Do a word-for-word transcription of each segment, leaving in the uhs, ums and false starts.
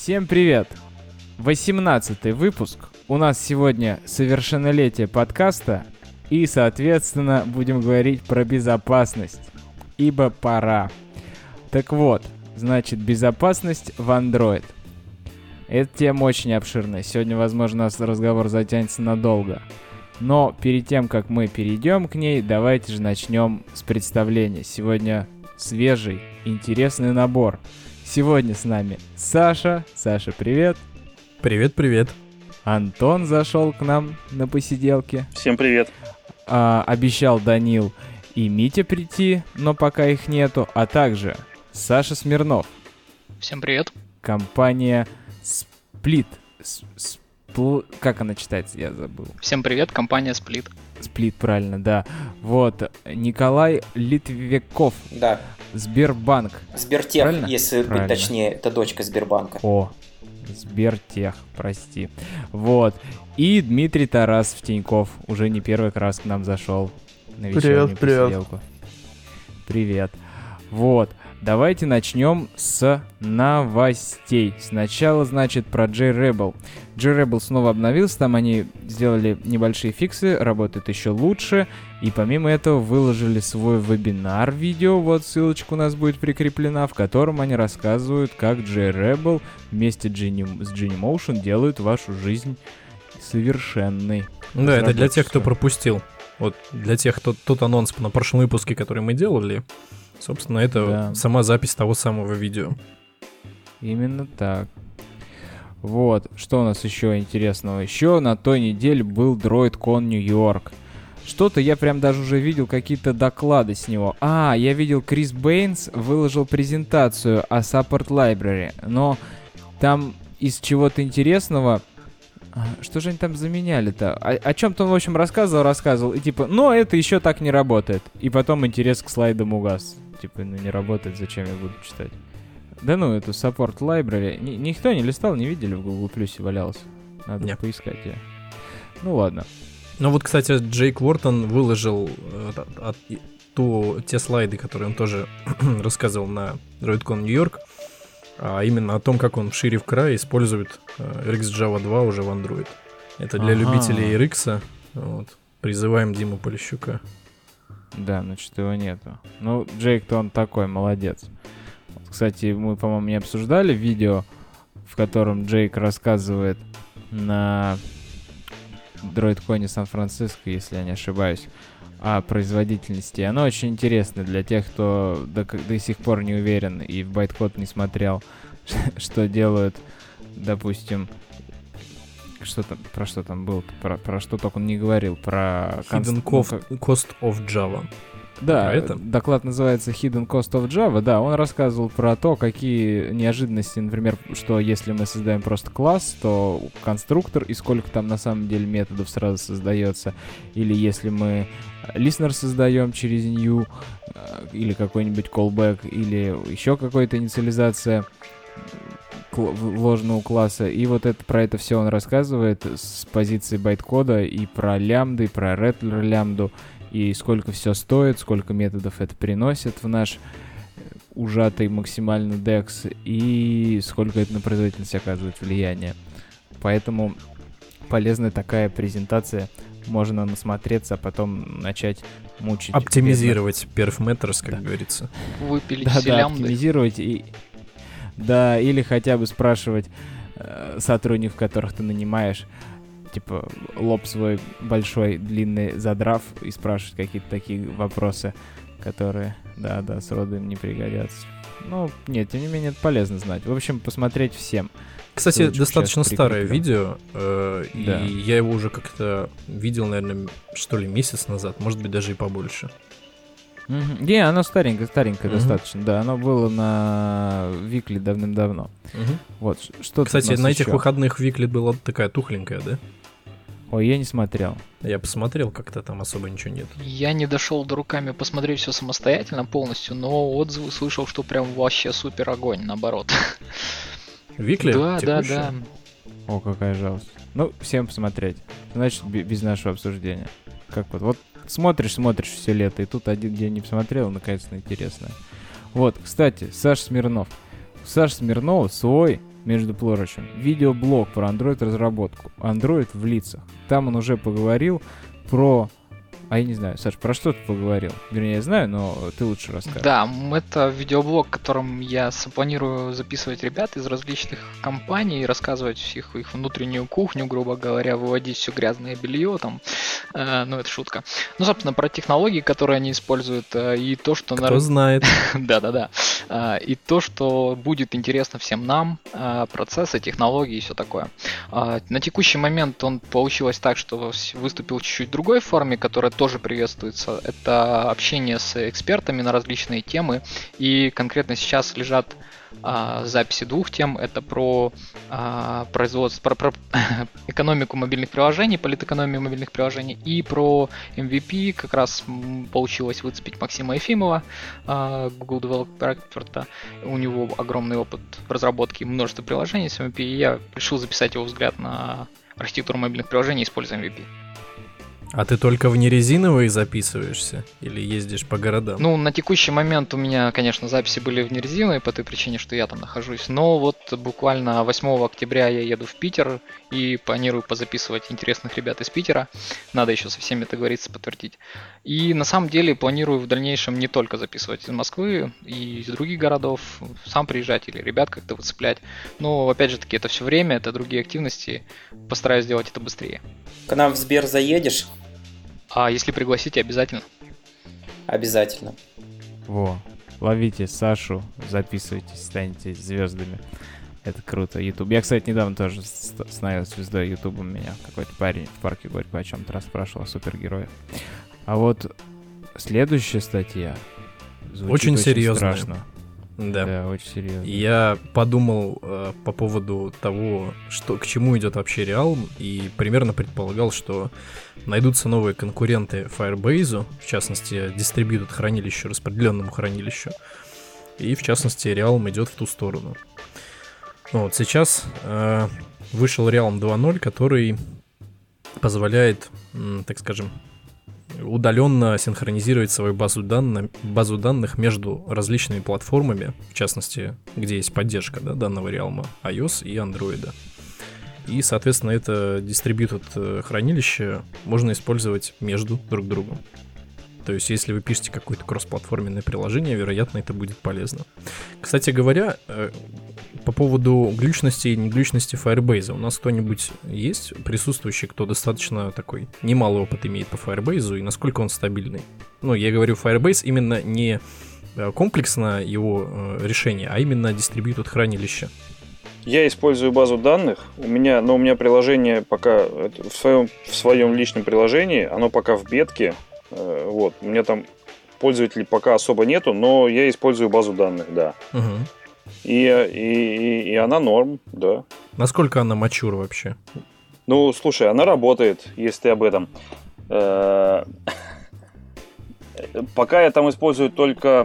Всем привет! восемнадцатый выпуск. У нас сегодня совершеннолетие подкаста. И, соответственно, будем говорить про безопасность. Ибо пора. Так вот, значит, безопасность в Android. Эта тема очень обширная. Сегодня, возможно, у нас разговор затянется надолго. Но перед тем, как мы перейдем к ней, давайте же начнем с представления. Сегодня свежий, интересный набор. Сегодня с нами Саша. Саша, привет. Привет-привет. Антон зашел к нам на посиделке. Всем привет. А, обещал Данил и Митя прийти, но пока их нету. А также Саша Смирнов. Всем привет. Компания Split. Спл... Как она читается? Я забыл. Всем привет, компания Split. Split, правильно, да. Вот, Николай Литвяков. Да. Сбербанк. Сбертех, правильно? если правильно. быть точнее, это дочка Сбербанка. О, Сбертех, прости. Вот. И Дмитрий Тарасов Тиньков уже не первый раз к нам зашел на вечернюю посиделку. Привет. Вот. Давайте начнем с новостей. Сначала, значит, про J-Rebel. J-Rebel снова обновился, там они сделали небольшие фиксы, работает еще лучше. И помимо этого выложили свой вебинар-видео, вот ссылочка у нас будет прикреплена, в котором они рассказывают, как J-Rebel вместе с Genymotion делают вашу жизнь совершенной. Да, это для тех, кто пропустил. Вот для тех, кто тот анонс на прошлом выпуске, который мы делали. Собственно, это да. Сама запись того самого видео. Именно так. Вот, что у нас еще интересного? Еще на той неделе был DroidCon Нью-Йорк. Что-то я прям даже уже видел какие-то доклады с него. А, я видел, Крис Бэйнс выложил презентацию о Support Library. Но там из чего-то интересного... Что же они там заменяли-то? О, о чем-то он, в общем, рассказывал, рассказывал. И типа, но это еще так не работает. И потом интерес к слайдам угас. Типа, ну не работает, зачем я буду читать? Да ну, эту Support Library. Ни, никто не листал, не видели, в Google Плюсе валялось. Надо Нет. поискать ее. Ну ладно. Ну вот, кстати, Джейк Уортон выложил э, от, ту, те слайды, которые он тоже рассказывал на DroidCon Нью-Йорк. А именно о том, как он в шире в край использует э, эр икс Java два уже в Android. Это для ага. любителей эр икс. Вот. Призываем Диму Полищука. Да, ну что его нету. Ну, Джейк-то он такой, молодец. Вот, кстати, мы, по-моему, не обсуждали видео, в котором Джейк рассказывает на DroidCon Сан-Франциско, если я не ошибаюсь, о производительности. Оно очень интересно для тех, кто до, до сих пор не уверен и в байткод не смотрел, что делают, допустим, что там, про что там был, про, про что только он не говорил, про... Hidden конст... Cost of Java. Да, это? Доклад называется Hidden Cost of Java, да, он рассказывал про то, какие неожиданности, например, что если мы создаем просто класс, то конструктор и сколько там на самом деле методов сразу создается, или если мы listener создаем через new, или какой-нибудь callback, или еще какая-то инициализация ложного класса, и вот это, про это все он рассказывает с позиции байткода и про лямбды, и про Rattler лямбду, и сколько все стоит, сколько методов это приносит в наш ужатый максимальный декс, и сколько это на производительность оказывает влияние. Поэтому полезная такая презентация, можно насмотреться, а потом начать мучить. Оптимизировать perf-meters, как да. говорится. Выпилить да, все да, лямбды. Оптимизировать и... Да, или хотя бы спрашивать э, сотрудников, которых ты нанимаешь, типа, лоб свой большой, длинный задрав, и спрашивать какие-то такие вопросы, которые, да-да, сроду им не пригодятся. Ну, нет, тем не менее, это полезно знать. В общем, посмотреть всем. Кстати, ссылочку достаточно старое видео, э, да. и я его уже как-то видел, наверное, что ли, месяц назад, может быть, даже и побольше. Mm-hmm. Не, оно старенькое, старенькое mm-hmm. достаточно, да, оно было на Викли давным-давно. Mm-hmm. Вот, что Кстати, на этих еще? выходных Викли была такая тухленькая, да? Ой, я не смотрел. Я посмотрел, как-то там особо ничего нет. Я не дошел до руками посмотреть все самостоятельно полностью, но отзывы слышал, что прям вообще супер огонь, наоборот. Викли? Да, текущая? да, да. О, какая жалость. Ну, всем посмотреть. Значит, без нашего обсуждения. Как вот, вот смотришь, смотришь все лето, и тут один день не посмотрел, наконец-то интересно. Вот, кстати, Саша Смирнов. У Саши Смирнова свой между прочим, видеоблог про Android-разработку. Android в лицах. Там он уже поговорил про... А я не знаю, Саш, про что ты поговорил? Вернее, я знаю, но ты лучше расскажешь. Да, это видеоблог, которым я планирую записывать ребят из различных компаний, рассказывать их, их внутреннюю кухню, грубо говоря, выводить все грязное белье, там, э, ну это шутка. Ну, собственно, про технологии, которые они используют, э, и то, что... Кто на... знает. Да-да-да. Э, и то, что будет интересно всем нам, э, процессы, технологии и все такое. Э, на текущий момент он получилось так, что выступил в чуть-чуть другой форме, которая тоже приветствуется. Это общение с экспертами на различные темы. И конкретно сейчас лежат а, записи двух тем. Это про а, производство, про, про экономику мобильных приложений, политэкономию мобильных приложений и про эм ви пи. Как раз получилось выцепить Максима Ефимова, а, Google Developer Expert. У него огромный опыт в разработке множества приложений с эм ви пи. И я решил записать его взгляд на архитектуру мобильных приложений, используя эм ви пи. А ты только в нерезиновые записываешься или ездишь по городам? Ну, на текущий момент у меня, конечно, записи были в нерезиновые по той причине, что я там нахожусь. Но вот буквально восьмого октября я еду в Питер и планирую позаписывать интересных ребят из Питера. Надо еще со всеми договориться, подтвердить. И на самом деле планирую в дальнейшем не только записывать из Москвы и из других городов, сам приезжать или ребят как-то выцеплять. Но, опять же таки, это все время, это другие активности. Постараюсь сделать это быстрее. К нам в Сбер заедешь? А если пригласите, обязательно. Обязательно. Во, ловите Сашу, записывайтесь, станете звездами. Это круто. YouTube. Я, кстати, недавно тоже становился звездой YouTube. У меня какой-то парень в парке Горького о чем-то расспрашивал о супергерое. А вот следующая статья звучит очень, очень серьезная. Страшно. Да. Да, очень серьезно. Я подумал э, по поводу того, что, к чему идет вообще Realm, и примерно предполагал, что найдутся новые конкуренты Firebase, в частности, Distributed хранилищу, распределенному хранилищу, и в частности Realm идет в ту сторону. Вот сейчас э, вышел Realm два ноль, который позволяет, м, так скажем, удаленно синхронизировать свою базу данных, базу данных между различными платформами, в частности, где есть поддержка, да, данного Realm, iOS и Android. И, соответственно, это distributed хранилище можно использовать между друг другом. То есть, если вы пишете какое-то кроссплатформенное приложение, вероятно, это будет полезно. Кстати говоря, по поводу глючности и неглючности Firebase, у нас кто-нибудь есть присутствующий, кто достаточно такой немалый опыт имеет по Firebase, и насколько он стабильный? Ну, я говорю Firebase именно не комплексно его решение, а именно distributed хранилище. Я использую базу данных. У меня, но у меня приложение пока в своем, в своем личном приложении, оно пока в бетке. Вот, у меня там пользователей пока особо нету, но я использую базу данных, да. Угу. И, и, и, и она норм, да. Насколько она мачур вообще? Ну, слушай, она работает, если ты об этом. Пока я там использую только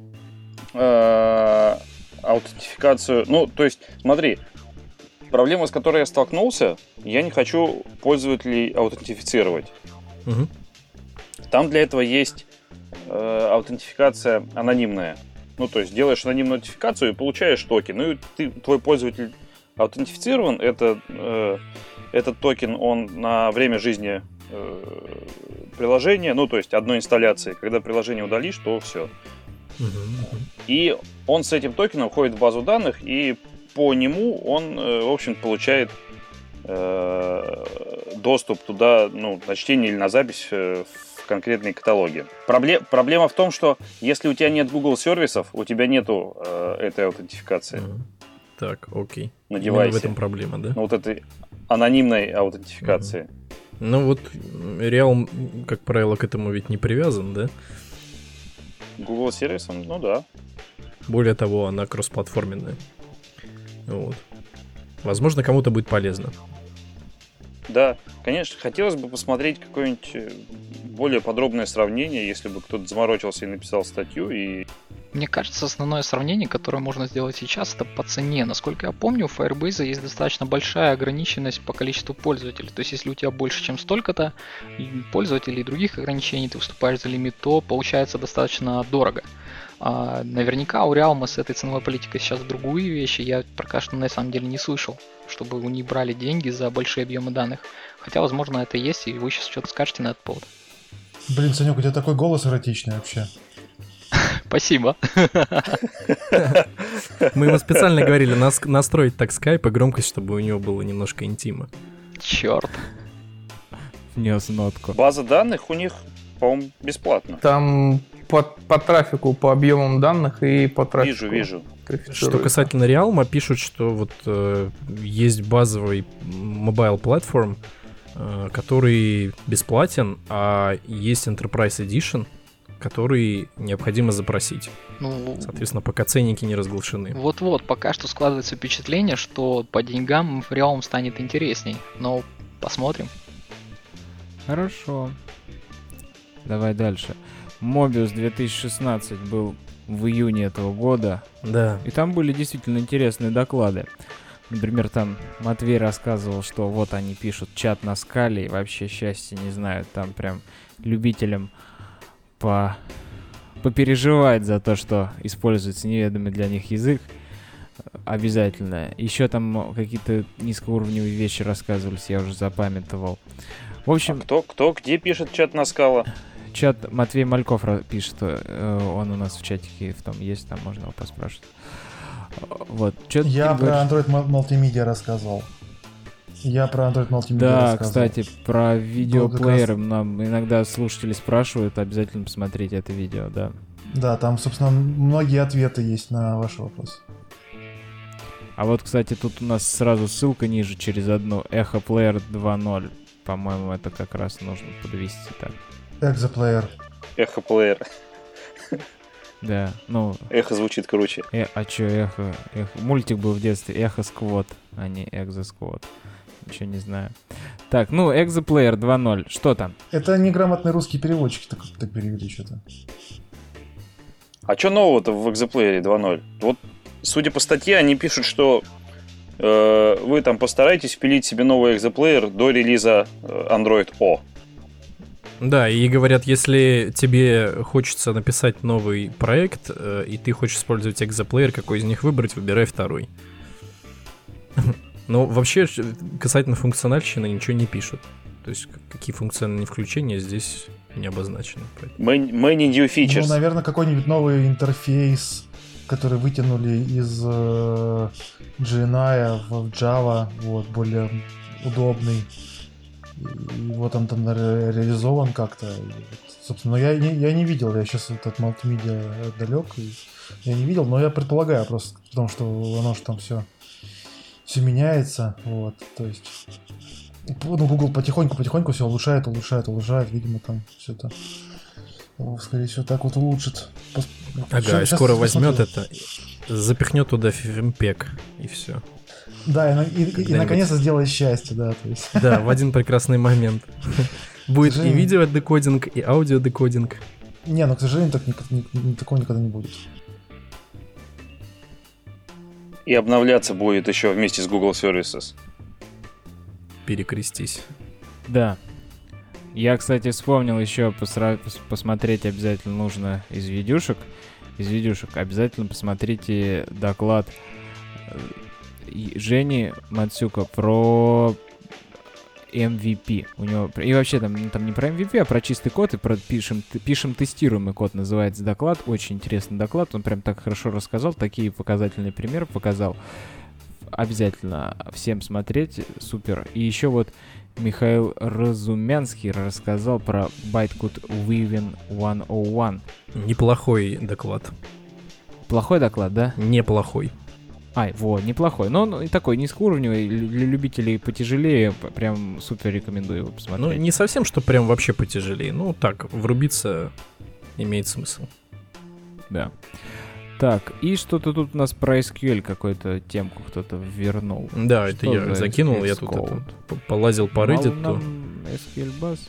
аутентификацию. Ну, то есть, смотри, проблема, с которой я столкнулся, я не хочу пользователей аутентифицировать. Угу. Там для этого есть э, аутентификация анонимная. Ну, то есть делаешь анонимную аутентификацию и получаешь токен. Ну, и ты, твой пользователь аутентифицирован. Это, э, этот токен, он на время жизни э, приложения, ну, то есть одной инсталляции. Когда приложение удалишь, то все. Uh-huh. И он с этим токеном входит в базу данных, и по нему он, э, в общем, получает э, доступ туда, ну, на чтение или на запись э, в конкретные каталоги. Пробле- проблема в том, что если у тебя нет Google сервисов, у тебя нету э, этой аутентификации. Uh-huh. Так, окей. На девайсе. Именно в этом проблема, да? Ну, вот этой анонимной аутентификации. Uh-huh. Ну вот Realm, как правило, к этому ведь не привязан, да? Google сервисом, ну да. Более того, она кроссплатформенная. Вот. Возможно, кому-то будет полезно. Да, конечно, хотелось бы посмотреть какое-нибудь более подробное сравнение, если бы кто-то заморочился и написал статью. И... Мне кажется, основное сравнение, которое можно сделать сейчас, это по цене. Насколько я помню, у Firebase есть достаточно большая ограниченность по количеству пользователей. То есть, если у тебя больше, чем столько-то пользователей и других ограничений, ты выступаешь за лимит, то получается достаточно дорого. А, наверняка у Realm с этой ценовой политикой сейчас другие вещи. Я пока что на самом деле не слышал, чтобы у них брали деньги за большие объемы данных. Хотя, возможно, это есть, и вы сейчас что-то скажете на этот повод. Блин, Санек, у тебя такой голос эротичный вообще. Спасибо. Мы ему специально говорили нас- настроить так скайп и громкость, чтобы у него было немножко интима. Черт. Внес нотку. База данных у них, по-моему, бесплатно. Там по, по трафику, по объемам данных и по трафику. Вижу, вижу. Что касательно Realm, пишут, что вот э, есть базовый mobile platform, э, который бесплатен, а есть Enterprise Edition, который необходимо запросить. Ну, Соответственно, пока ценники не разглашены. вот-вот, пока что складывается впечатление, что по деньгам Realm станет интересней. Но посмотрим. Хорошо. Давай дальше. Mobius две тысячи шестнадцать был в июне этого года. Да. И там были действительно интересные доклады. Например, там Матвей рассказывал, что вот они пишут чат на скале и вообще счастья не знают. Там прям любителям по... попереживать за то, что используется неведомый для них язык. Обязательно. Еще там какие-то низкоуровневые вещи рассказывались, я уже запамятовал. В общем... А кто, кто, где пишет чат на скала? Чат Матвей Мальков пишет, он у нас в чатике в том есть, там можно его поспрашивать. Вот. Чё Я ты про говоришь? Android Multimedia рассказывал. Я про Android Multimedia Да, рассказывал. кстати, про видеоплееры как раз- нам иногда слушатели спрашивают, обязательно посмотреть это видео, да. Да, там, собственно, многие ответы есть на ваши вопросы. А вот, кстати, тут у нас сразу ссылка ниже через одну. Echo Player два ноль. По-моему, это как раз нужно подвести так. Exoplayer. Эхо-плеер. Да, ну... Эхо звучит круче. Э, а чё, эхо, эхо? Мультик был в детстве. Эхо Сквот, а не Экзо Сквот. Ничего не знаю. Так, ну, Exoplayer два ноль. Что там? Это неграмотные русские переводчики так, так перевели что-то. А что нового-то в Exoplayer два ноль? Вот, судя по статье, они пишут, что э, вы там постарайтесь впилить себе новый Exoplayer до релиза э, Android O. Да, и говорят, если тебе хочется написать новый проект, э, и ты хочешь использовать Exoplayer, какой из них выбрать, выбирай второй. Но вообще, касательно функциональщины, ничего не пишут. То есть, какие функциональные включения здесь не обозначены. Many, many new features. Ну, наверное, какой-нибудь новый интерфейс, который вытянули из э, джи эн ай в Java, вот, более удобный. И вот он там ре- реализован как-то. И вот, собственно, но я не, я не видел, я сейчас от мультимедиа далек, и я не видел, но я предполагаю просто, потому что оно же там все, все меняется, вот, то есть, ну, Google потихоньку-потихоньку все улучшает, улучшает, улучшает, видимо, там все это, скорее всего, так вот улучшит. Пос... Ага, Сейчас- и сейчас скоро возьмет посмотрю. это, запихнет туда фемпек, и все. Да, и, на- и- и Когда-нибудь. наконец-то сделает счастье, да, то есть. Да, в один прекрасный момент. Будет и сожалению- видеодекодинг, и аудиодекодинг. Не, ну, к сожалению, так, ни- ни- ни- такого никогда не будет. И обновляться будет еще вместе с Google Services. Перекрестись. Да. Я, кстати, вспомнил еще посра- пос- посмотреть обязательно нужно из видюшек. Из видюшек обязательно посмотрите доклад э, и- Жени Мацюка про эм ви пи. У него и вообще там, ну, там не про эм ви пи, а про чистый код и про пишем, т- пишем тестируемый код называется доклад. Очень интересный доклад. Он прям так хорошо рассказал, такие показательные примеры показал. Обязательно всем смотреть, супер. И еще вот Михаил Разумянский рассказал про Bytecode Weaving сто один. Неплохой доклад. Плохой доклад, да? Неплохой. Ай, вот, неплохой. Но он и такой низкоуровневый, л- для любителей потяжелее, п- прям супер рекомендую его Ну, посмотреть. не совсем, что прям вообще потяжелее. Ну, так, врубиться имеет смысл. Да. Так, и что-то тут у нас про эс кью эль какую-то темку кто-то вернул. Да, это Что я за закинул, я эс тут кью эль это, п- полазил по Мало Reddit. нам эс кью эль Bus?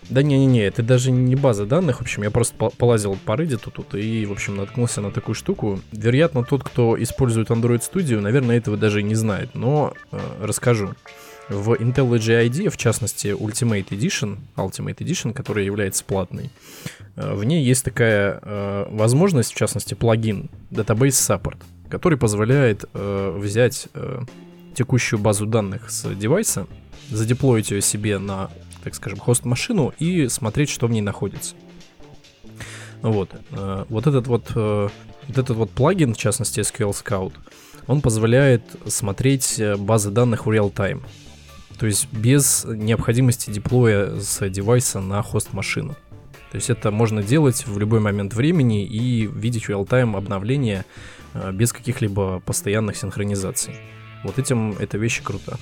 Да не-не-не, это даже не база данных. В общем, я просто по- полазил по Reddit тут и, в общем, наткнулся на такую штуку. Вероятно, тот, кто использует Android Studio, наверное, этого даже и не знает. Но э, расскажу. В IntelliJ ай ди, в частности, Ultimate Edition, Ultimate Edition, которая является платной, э, в ней есть такая э, возможность, в частности, плагин Database Support, который позволяет э, взять э, текущую базу данных с девайса, задеплоить ее себе на, так скажем, хост-машину и смотреть, что в ней находится. Вот. Вот этот вот, вот этот вот плагин, в частности эс кью эль Scout, он позволяет смотреть базы данных в реал-тайм. То есть без необходимости деплоя с девайса на хост-машину. То есть это можно делать в любой момент времени и видеть в реал-тайм обновления без каких-либо постоянных синхронизаций. Вот этим эта вещь крута.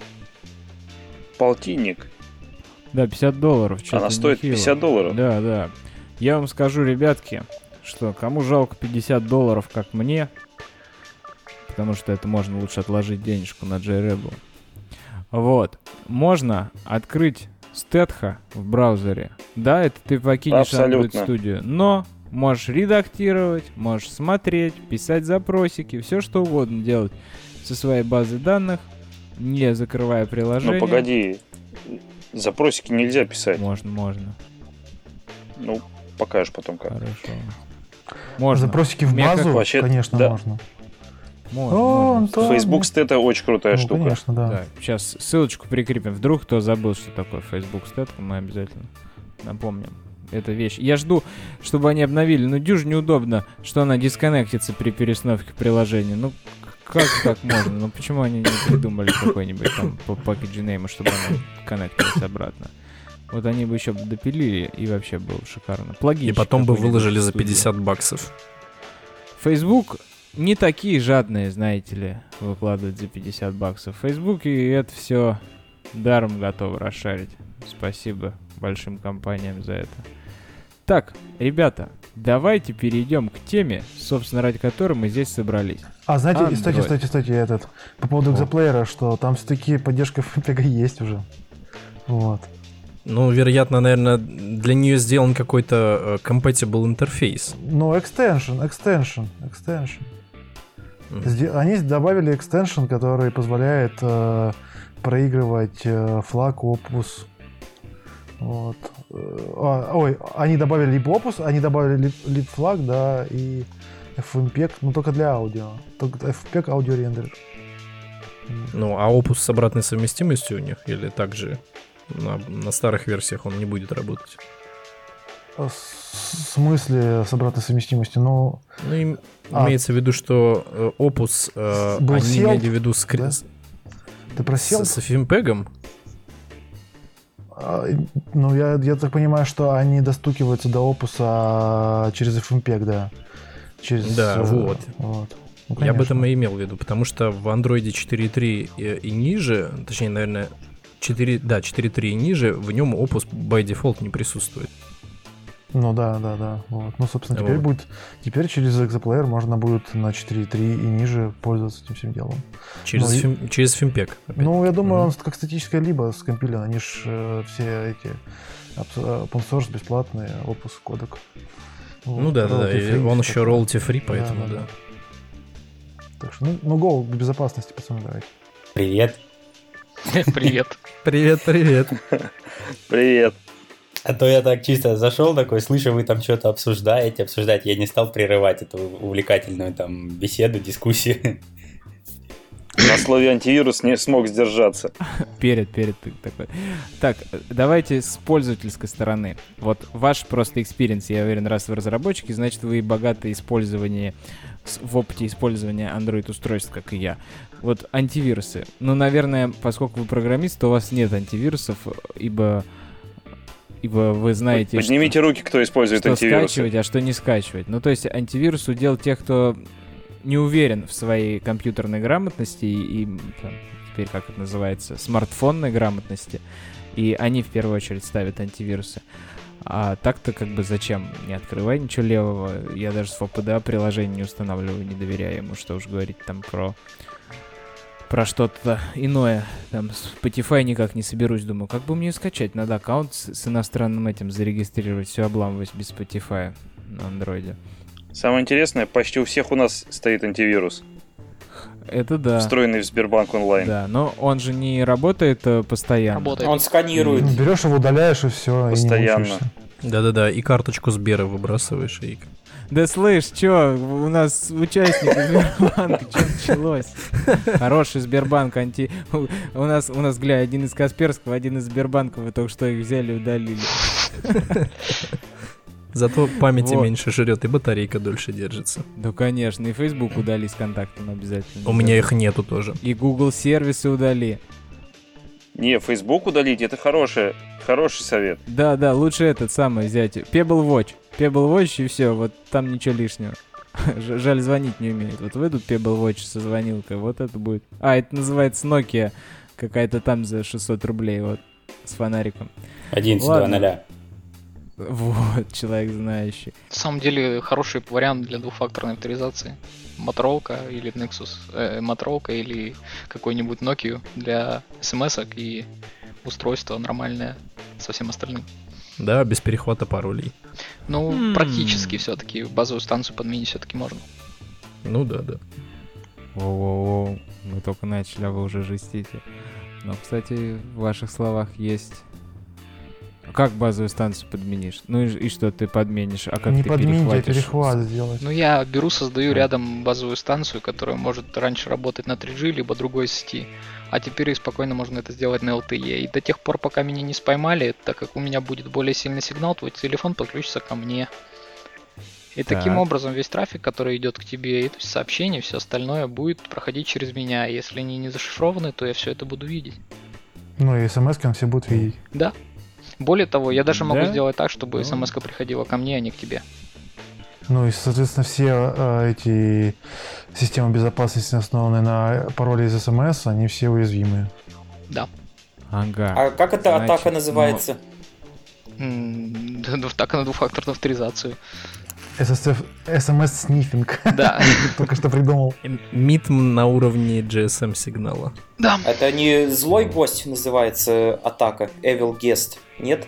Полтинник. Да, пятьдесят долларов. Она стоит нехило. пятьдесят долларов. Да, да. Я вам скажу, ребятки, что кому жалко пятьдесят долларов, как мне, потому что это можно лучше отложить денежку на JRebel. Вот. Можно открыть Стетха в браузере. Да, это ты покинешь Android Studio, но можешь редактировать, можешь смотреть, писать запросики, все что угодно делать со своей базы данных, не закрывая приложение. Ну, погоди. Запросики нельзя писать. Можно, можно. Ну, покажешь потом как. Хорошо. Можно. Запросики в базу, как... Вообще, конечно, да. можно. Можно, О, можно. Антон. Facebook Stat — это очень крутая Ну, штука. конечно, да. Да, сейчас ссылочку прикрепим. Вдруг кто забыл, что такое Facebook Stat, мы обязательно напомним. Это вещь. Я жду, чтобы они обновили. Ну, дюж неудобно, что она дисконнектится при перестановке приложения. Ну, как так можно? Ну, почему они не придумали какой-нибудь там по package name, чтобы она коннектилась обратно? Вот они бы еще допилили, и вообще было шикарно. Плагинчик и потом бы выложили за студии. пятьдесят баксов. Facebook не такие жадные, знаете ли, выкладывать за пятьдесят баксов. Facebook и это все даром готовы расшарить. Спасибо большим компаниям за это. Так, ребята, давайте перейдем к теме, собственно, ради которой мы здесь собрались. А, знаете, Android. кстати, кстати, кстати, этот, по поводу экзоплеера, что там все-таки поддержка эф эм пи есть уже. Вот. Ну, вероятно, наверное, для нее сделан какой-то uh, compatible интерфейс. Ну, extension, extension, extension. Mm-hmm. Они добавили extension, который позволяет э, проигрывать э, флаг Opus. Вот. А, ой, они добавили либо Opus, они добавили либо флаг, да, и эф эм пи, но только для аудио. Только эф эм пи аудиорендерер. Ну, а Opus с обратной совместимостью у них или также на, на старых версиях он не будет работать? В смысле с обратной совместимостью? Ну, ну им, а, имеется в виду, что э, Opus, э, они селд, имели в виду скри... да? Ты просел? С, с эф эм пи-ом? А, ну, я, я так понимаю, что они достукиваются до Opus через эф эм пи, да. Через, да, э, вот. вот. Ну, я об этом и имел в виду, потому что в Android четыре три и, и ниже, точнее, наверное, четыре, да, четыре три и ниже, в нем Opus by default не присутствует. Ну да, да, да. Вот. Ну, собственно, теперь вот. будет. Теперь через экзоплеер можно будет на четыре три и ниже пользоваться этим всем делом. Через, ну, фим, и... через фимпек. Ну, я думаю, mm-hmm. он как статическая либо скомпилен. Они ж э, все эти open source бесплатные, Opus кодек. Вот. Ну да, да, да. И он еще royalty free, поэтому да. да. да. Так что, ну, ну, go к безопасности, пацаны, давайте. Привет. Привет. Привет, привет. Привет. А то я так чисто зашел такой, слышу, вы там что-то обсуждаете, обсуждаете. Я не стал прерывать эту увлекательную там беседу, дискуссию. На слове антивирус не смог сдержаться. Перед, перед такой. Так, давайте с пользовательской стороны. Вот ваш просто экспириенс, я уверен, раз вы разработчики, значит, вы богаты использование в опыте использования Android-устройств, как и я. Вот антивирусы. Ну, наверное, поскольку вы программист, то у вас нет антивирусов, ибо... Ибо вы знаете, Поднимите что, руки, кто использует что антивирусы. скачивать, а что не скачивать. Ну, то есть антивирус удел тех, кто не уверен в своей компьютерной грамотности и, и там, теперь, как это называется, смартфонной грамотности. И они в первую очередь ставят антивирусы. А так-то как бы зачем? Не открывай ничего левого. Я даже с эф пи ди эй приложение не устанавливаю, не доверяя ему, что уж говорить там про про что-то иное. Там Spotify никак не соберусь, думаю, как бы мне скачать? Надо аккаунт с, с иностранным этим зарегистрировать, все обламывать без Spotify на андроиде. Самое интересное, почти у всех у нас стоит антивирус. Это да. Встроенный в Сбербанк онлайн. Да, но он же не работает э, постоянно. Работает. Он сканирует. Ну, берешь его, удаляешь и все. Постоянно. Да-да-да, и карточку Сбера выбрасываешь, и... Да слышь, чё, у нас участник Сбербанка, чё началось? Хороший Сбербанк, анти... У нас, у нас, гля, один из Касперского, один из Сбербанка, вы только что их взяли и удалили. Зато памяти Вот. меньше жрет, и батарейка дольше держится. Да, конечно, и Facebook удали с контактом обязательно. У меня их нету тоже. И Google сервисы удали. Не, Facebook удалить, это хороший, хороший совет. Да, да, лучше этот самый взять. Pebble Watch. Pebble Watch и все, вот там ничего лишнего. Ж- Жаль, звонить не умеет. Вот выйдут Pebble Watch со звонилкой, вот это будет. А, это называется Nokia. Какая-то там за шестьсот рублей, вот, с фонариком. одиннадцать два Ладно. ноль. Вот, человек знающий. На самом деле, хороший вариант для двухфакторной авторизации. Motorola или Nexus, э, Motorola или какой-нибудь Nokia для смс-ок и устройство нормальное со всем остальным. Да, без перехвата паролей. Ну, М. практически все-таки базовую станцию подменить все-таки можно. Ну да, да. Воу-воу-воу, мы только начали, а вы уже жестите. Но, кстати, в ваших словах есть... Как базовую станцию подменишь? Ну и, и что ты подменишь? А как Не ты подменить, а перехватишь? перехват сделать. Ну, я беру, создаю рядом базовую станцию, которая может раньше работать на три джи, либо другой сети. А теперь спокойно можно это сделать на эл ти и. И до тех пор, пока меня не споймали, так как у меня будет более сильный сигнал, твой телефон подключится ко мне. И таким Так. образом весь трафик, который идет к тебе, и то есть сообщения, все остальное будет проходить через меня. Если они не зашифрованы, то я все это буду видеть. Ну и смс-кам все будут видеть. Да. Более того, я даже могу Да? сделать так, чтобы Ну. смс-ка приходила ко мне, а не к тебе. Ну и, соответственно, все э, эти системы безопасности, основанные на пароле из смс, они все уязвимые. Да. Ага. А как эта Значит, атака называется? М, да, ну, Так и на двухфакторную авторизацию. эс эс эф, эс эм эс-снифинг. Да. Только что придумал. МИТМ на уровне джи эс эм сигнала. Да. Это не злой гость называется атака? Evil Guest? Нет?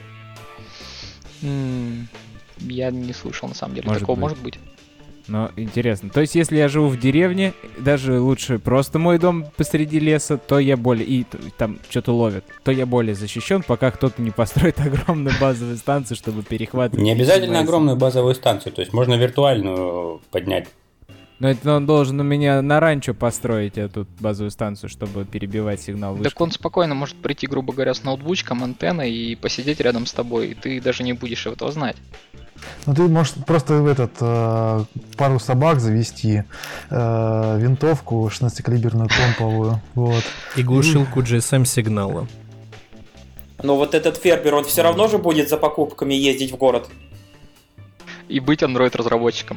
М, Я не слышал, на самом деле. Может Такого быть. может быть. Но интересно. То есть, если я живу в деревне, даже лучше просто мой дом посреди леса, то я более... И т- там что-то ловят. То я более защищен, пока кто-то не построит огромную базовую станцию, чтобы перехватывать... Не обязательно смс. огромную базовую станцию, то есть можно виртуальную поднять. Но это он должен у меня на ранчо построить эту базовую станцию, чтобы перебивать сигнал вышки. Так он спокойно может прийти, грубо говоря, с ноутбучком, антенной и посидеть рядом с тобой, и ты даже не будешь этого знать. Ну ты можешь просто в этот э, пару собак завести, э, винтовку шестнадцатикалиберную помповую, вот. И глушилку джи эс эм сигнала. Но вот этот Фербер, он все равно же будет за покупками ездить в город. И быть Android-разработчиком.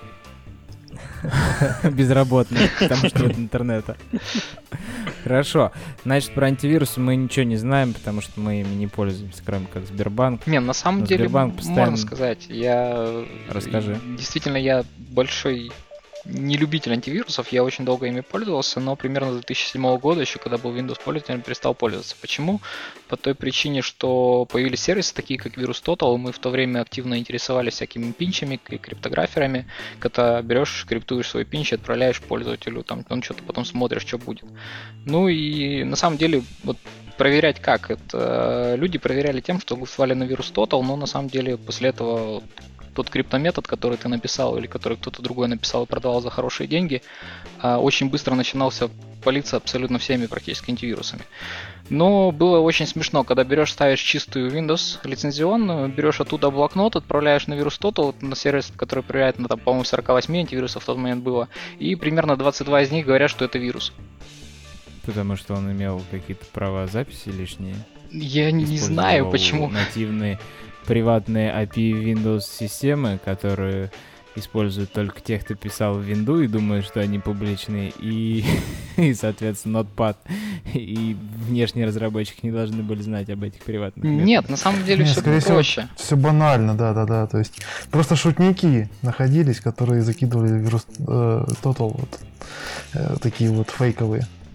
Безработный, потому что нет интернета. Хорошо. Значит, про антивирусы мы ничего не знаем, потому что мы ими не пользуемся, кроме как Сбербанк. Не, на самом Но деле, Сбербанк постоянно- можно сказать, я... Расскажи. Действительно, я большой не любитель антивирусов, я очень долго ими пользовался, но примерно с две тысячи седьмого года, еще когда был Windows пользователем, перестал пользоваться. Почему? По той причине, что появились сервисы, такие как VirusTotal, мы в то время активно интересовались всякими пинчами и криптограферами, когда берешь, криптуешь свой пинч и отправляешь пользователю, там, он что-то потом смотришь, что будет. Ну и на самом деле, вот проверять как? Это люди проверяли тем, что голосовали на VirusTotal, но на самом деле после этого тот криптометод, который ты написал или который кто-то другой написал и продавал за хорошие деньги, очень быстро начинался палиться абсолютно всеми практически антивирусами. Но было очень смешно, когда берешь, ставишь чистую Windows лицензионную, берешь оттуда блокнот, отправляешь на VirusTotal, на сервис, который проверяет на, там, по-моему, сорок восемь антивирусов в тот момент было, и примерно двадцать два из них говорят, что это вирус. Потому что он имел какие-то права записи лишние. Я не знаю, Использовал почему. нативные приватные эй пи ай Windows системы, которые используют только тех, кто писал в винду и думают, что они публичные, и, и соответственно, Notepad и внешние разработчики не должны были знать об этих приватных методах. Нет, на самом деле Не, все скорее всего, проще. все банально, да-да-да. То есть просто шутники находились, которые закидывали вирус э, Total вот, э, такие вот фейковые.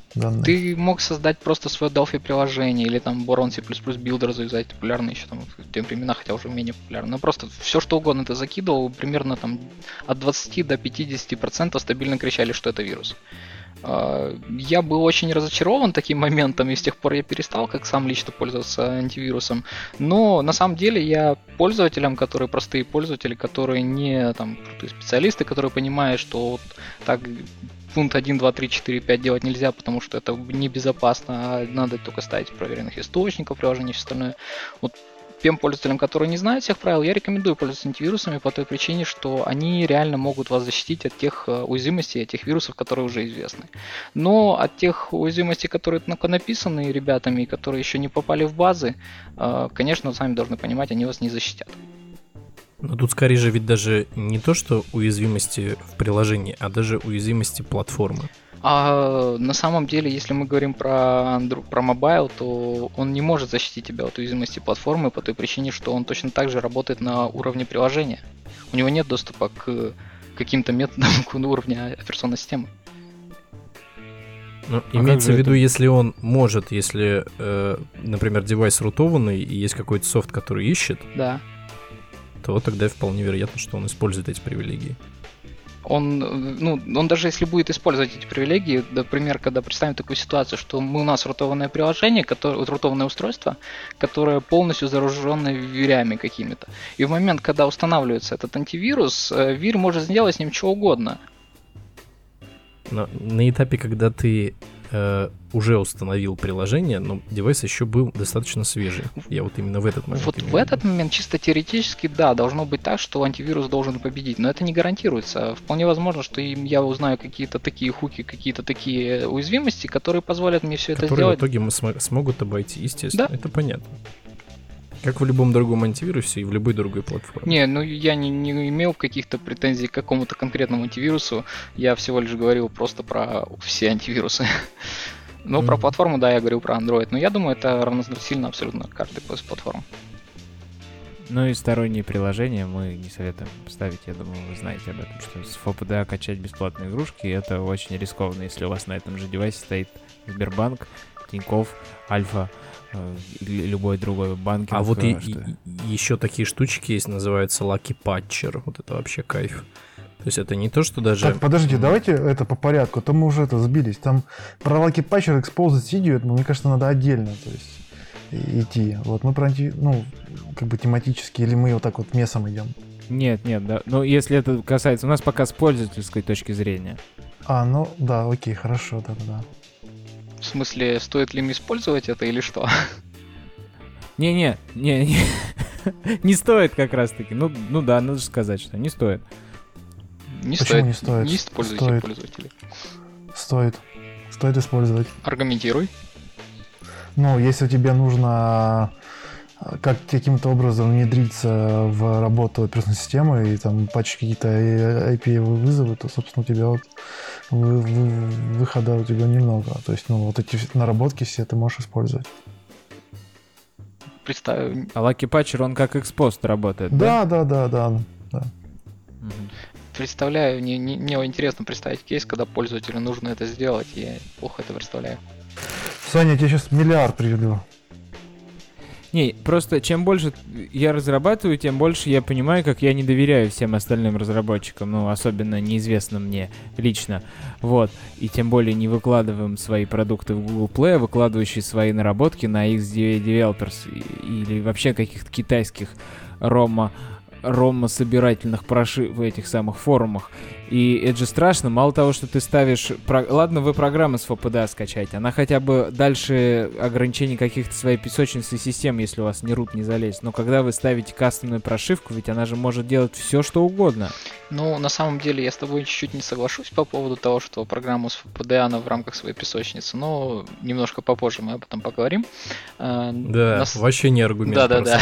данные. Ты мог создать просто свое Delphi приложение или там Boron C++ Builder завязать, популярный еще там в те времена, хотя уже менее популярный. Но просто все что угодно ты закидывал, примерно там от двадцати до пятидесяти процентов стабильно кричали, что это вирус. Я был очень разочарован таким моментом, и с тех пор я перестал как сам лично пользоваться антивирусом. Но на самом деле я пользователям, которые простые пользователи, которые не там крутые специалисты, которые понимают, что вот так пункт один, два, три, четыре, пять делать нельзя, потому что это небезопасно, а надо только ставить проверенных источников, приложений и все остальное. Вот тем пользователям, которые не знают всех правил, я рекомендую пользоваться антивирусами по той причине, что они реально могут вас защитить от тех уязвимостей, от тех вирусов, которые уже известны. Но от тех уязвимостей, которые написаны ребятами, которые еще не попали в базы, конечно, сами должны понимать, они вас не защитят. Но тут скорее же ведь даже не то, что уязвимости в приложении, а даже уязвимости платформы. А на самом деле, если мы говорим про, Android, про Mobile, то он не может защитить тебя от уязвимости платформы по той причине, что он точно так же работает на уровне приложения. У него нет доступа к каким-то методам к уровню операционной системы. Ну, а имеется в виду, это? Если он может, если, э, например, девайс рутованный и есть какой-то софт, который ищет, да, то тогда вполне вероятно, что он использует эти привилегии. Он, ну, он даже если будет использовать эти привилегии, например, когда представим такую ситуацию, что мы, у нас рутованное приложение, которое, рутованное устройство, которое полностью заражено вирями какими-то. И в момент, когда устанавливается этот антивирус, вир может сделать с ним что угодно. Но на этапе, когда ты э, уже установил приложение, но девайс еще был достаточно свежий. Я вот именно в этот момент... Вот в этот момент чисто теоретически, да, должно быть так, что антивирус должен победить, но это не гарантируется. Вполне возможно, что я узнаю какие-то такие хуки, какие-то такие уязвимости, которые позволят мне все это которые сделать. Которые в итоге мы см- смогут обойти, естественно. Да. Это понятно. Как в любом другом антивирусе и в любой другой платформе. Не, ну я не, не имел каких-то претензий к какому-то конкретному антивирусу. Я всего лишь говорил просто про все антивирусы. Но mm-hmm. про платформу, да, я говорил про Android. Но я думаю, это равносильно абсолютно каждой платформе. Ну и сторонние приложения мы не советуем ставить. Я думаю, вы знаете об этом, что с эф пи ди эй качать бесплатные игрушки — это очень рискованно, если у вас на этом же девайсе стоит Сбербанк, Тинькофф, Альфа, или любой другой банкинг. А вот и, и, еще такие штучки есть, называются Lucky Patcher. Вот это вообще кайф. То есть это не то, что даже... Так, подождите, давайте это по порядку, то мы уже это сбились. Там про Lucky Patcher Exposed видео, мне кажется, надо отдельно, то есть идти. Вот мы про анти... ну, как бы тематически, или мы вот так вот месом идем? Нет, нет, да. Ну, если это касается... У нас пока с пользовательской точки зрения. А, ну, да, окей, хорошо, да-да-да. В смысле, стоит ли им использовать это или что? Не-не, не, не, не стоит как раз-таки. Ну, ну да, надо же сказать, что не стоит. Не Почему стоит. не стоит? Не используйте стоит. пользователей. Стоит. Стоит использовать. Аргументируй. Ну, если тебе нужно как каким-то образом внедриться в работу операционной системы и там патчить какие-то эй пи ай-вызовы, то, собственно, у тебя вот вы, вы, выхода у тебя немного. То есть, ну, вот эти наработки все ты можешь использовать. Представь. А Lucky Patcher, он как экспост работает, да? Да, да, да, да. да. Угу. Представляю, не, не, мне интересно представить кейс, когда пользователю нужно это сделать, и я плохо это представляю. Саня, я тебе сейчас миллиард приведу. Не, просто чем больше я разрабатываю, тем больше я понимаю, как я не доверяю всем остальным разработчикам, ну, особенно неизвестным мне лично, вот, и тем более не выкладываем свои продукты в Google Play, а выкладывающие свои наработки на икс ди эй Developers или вообще каких-то китайских рома рома-собирательных прошив в этих самых форумах. И это же страшно. Мало того, что ты ставишь... Про... Ладно, вы программу с эф пи ди эй скачаете. Она хотя бы дальше ограничений каких-то своей песочницы систем, если у вас не root не залезет. Но когда вы ставите кастомную прошивку, ведь она же может делать все, что угодно. Ну, на самом деле, я с тобой чуть-чуть не соглашусь по поводу того, что программа с эф пи ди эй, она в рамках своей песочницы. Но немножко попозже мы об этом поговорим. Да, Нас... вообще не аргумент. Да-да-да.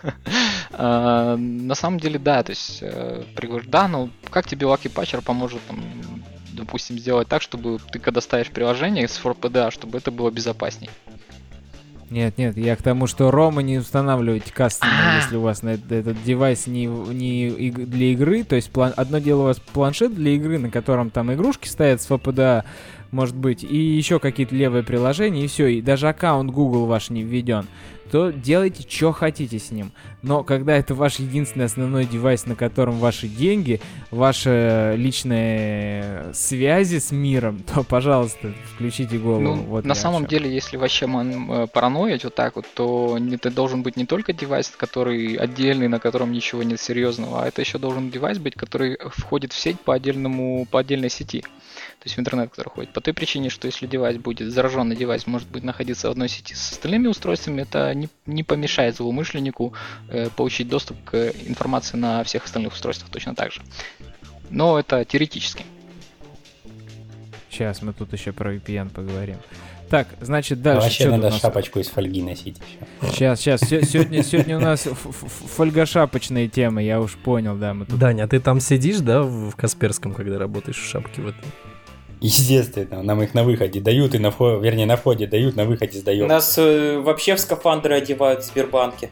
На самом деле, да, то есть, да, ну, как тебе Lucky Patcher поможет, там, допустим, сделать так, чтобы ты, когда ставишь приложение с эф пи ди эй, чтобы это было безопасней? Нет, нет, я к тому, что рома не устанавливайте кастомно, если у вас на этот, этот девайс не, не для игры, то есть план, одно дело у вас планшет для игры, на котором там игрушки стоят с эф пи ди эй, может быть, и еще какие-то левые приложения, и все, и даже аккаунт Google ваш не введен, то делайте, что хотите с ним. Но когда это ваш единственный основной девайс, на котором ваши деньги, ваши личные связи с миром, то, пожалуйста, включите голову. Ну, вот на самом деле, если вообще ман- параноить вот так вот, то это должен быть не только девайс, который отдельный, на котором ничего нет серьезного, а это еще должен девайс быть, который входит в сеть по отдельному, по отдельной сети. То есть в интернет, который ходит. По той причине, что если девайс будет, зараженный девайс может быть находиться в одной сети с остальными устройствами, это не, не помешает злоумышленнику э, получить доступ к информации на всех остальных устройствах точно так же. Но это теоретически. Сейчас мы тут еще про ви пи эн поговорим. Так, значит, дальше. Вообще что надо у нас? шапочку из фольги носить еще. Сейчас, сейчас. Сегодня, сегодня у нас фольгошапочные темы, я уж понял, да. Мы тут... Даня, а ты там сидишь, да, в Касперском, когда работаешь в шапке в этом? Естественно, нам их на выходе дают, и на входе, вернее, на входе дают, на выходе сдаем. Нас э, вообще в скафандры одевают в Сбербанке.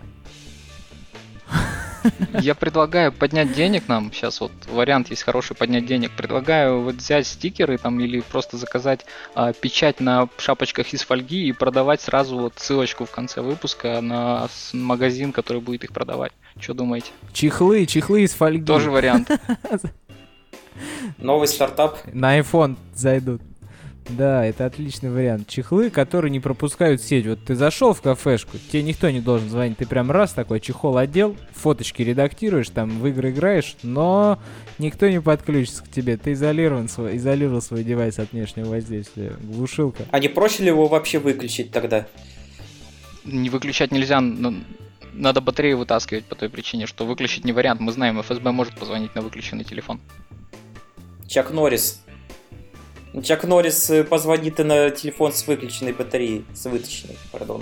Я предлагаю поднять денег нам. Сейчас вот вариант есть хороший, поднять денег. Предлагаю вот взять стикеры там или просто заказать а, печать на шапочках из фольги и продавать сразу вот ссылочку в конце выпуска на с- магазин, который будет их продавать. Что думаете? Чехлы, чехлы из фольги. Тоже вариант. Новый стартап. На iPhone зайдут. Да, это отличный вариант. Чехлы, которые не пропускают сеть. Вот ты зашел в кафешку, тебе никто не должен звонить. Ты прям раз такой чехол одел, фоточки редактируешь, там в игры играешь, но никто не подключится к тебе. Ты изолирован, свой, изолировал свой девайс от внешнего воздействия. Глушилка. А не проще ли его вообще выключить тогда? Не выключать нельзя, но надо батарею вытаскивать по той причине, что выключить не вариант. Мы знаем, эф эс бэ может позвонить на выключенный телефон. Чак Норрис. Чак Норрис э, позвонит и на телефон с выключенной батареей. С вытащенной, пардон.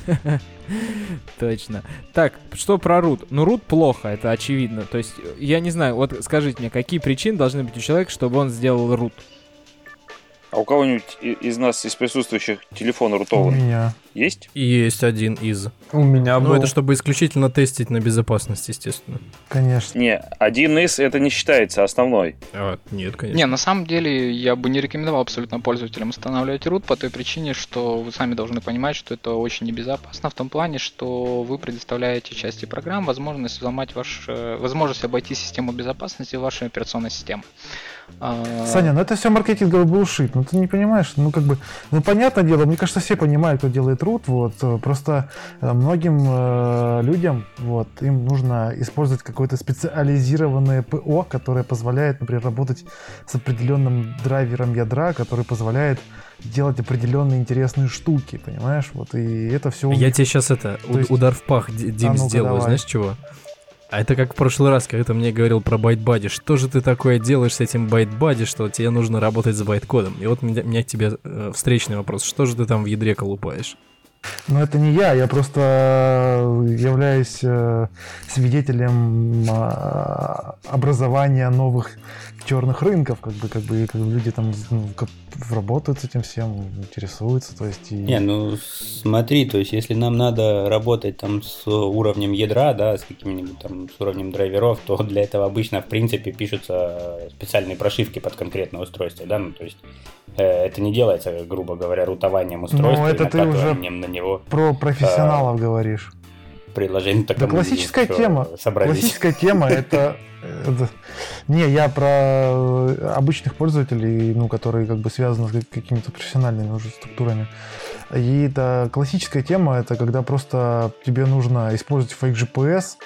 Точно. Так, что про root? Ну, root плохо, это очевидно. То есть, я не знаю, вот скажите мне, какие причины должны быть у человека, чтобы он сделал root? А у кого-нибудь и- из нас, из присутствующих, телефон У рутованный меня. есть? И есть один из. У меня Ну, был. это чтобы исключительно тестить на безопасность, естественно. Конечно. Не, один из это не считается основной. А, нет, конечно. Не, на самом деле я бы не рекомендовал абсолютно пользователям устанавливать root по той причине, что вы сами должны понимать, что это очень небезопасно в том плане, что вы предоставляете части программ возможность взломать ваш, э, возможность обойти систему безопасности вашей операционной системы. А, Саня, ну это все маркетинговый булшит, ну ты не понимаешь, ну как бы, ну понятное дело, мне кажется, все понимают, кто делает root, вот, э, просто э, многим э, людям, вот, им нужно использовать какое-то специализированное ПО, которое позволяет, например, работать с определенным драйвером ядра, который позволяет делать определенные интересные штуки, понимаешь, вот, и это все... Я тебе сейчас это, То есть- уд- удар в пах, Д- Дим, А ну-ка, сделаю, давай. знаешь чего? А это как в прошлый раз, когда ты мне говорил про ByteBuddy. Что же ты такое делаешь с этим ByteBuddy, что тебе нужно работать с байткодом? И вот у меня, у меня к тебе э, встречный вопрос. Что же ты там в ядре колупаешь? Но это не я, я просто э, являюсь э, свидетелем э, образования новых черных рынков, как бы, как бы, как бы люди там ну, как работают с этим всем, интересуются, то есть и... Не, ну смотри, то есть если нам надо работать там с уровнем ядра, да, с каким-нибудь там, с уровнем драйверов, то для этого обычно, в принципе, пишутся специальные прошивки под конкретное устройство, да, ну то есть э, это не делается, грубо говоря, рутованием устройства Ну, это и ты уже накатыванием на него про профессионалов говоришь. приложение. Так Да, классическая тема. Собрались. Классическая тема это, это- Не, я про обычных пользователей, ну, которые как бы связаны с какими-то профессиональными уже структурами. И это классическая тема, это когда просто тебе нужно использовать фейк джи пи эс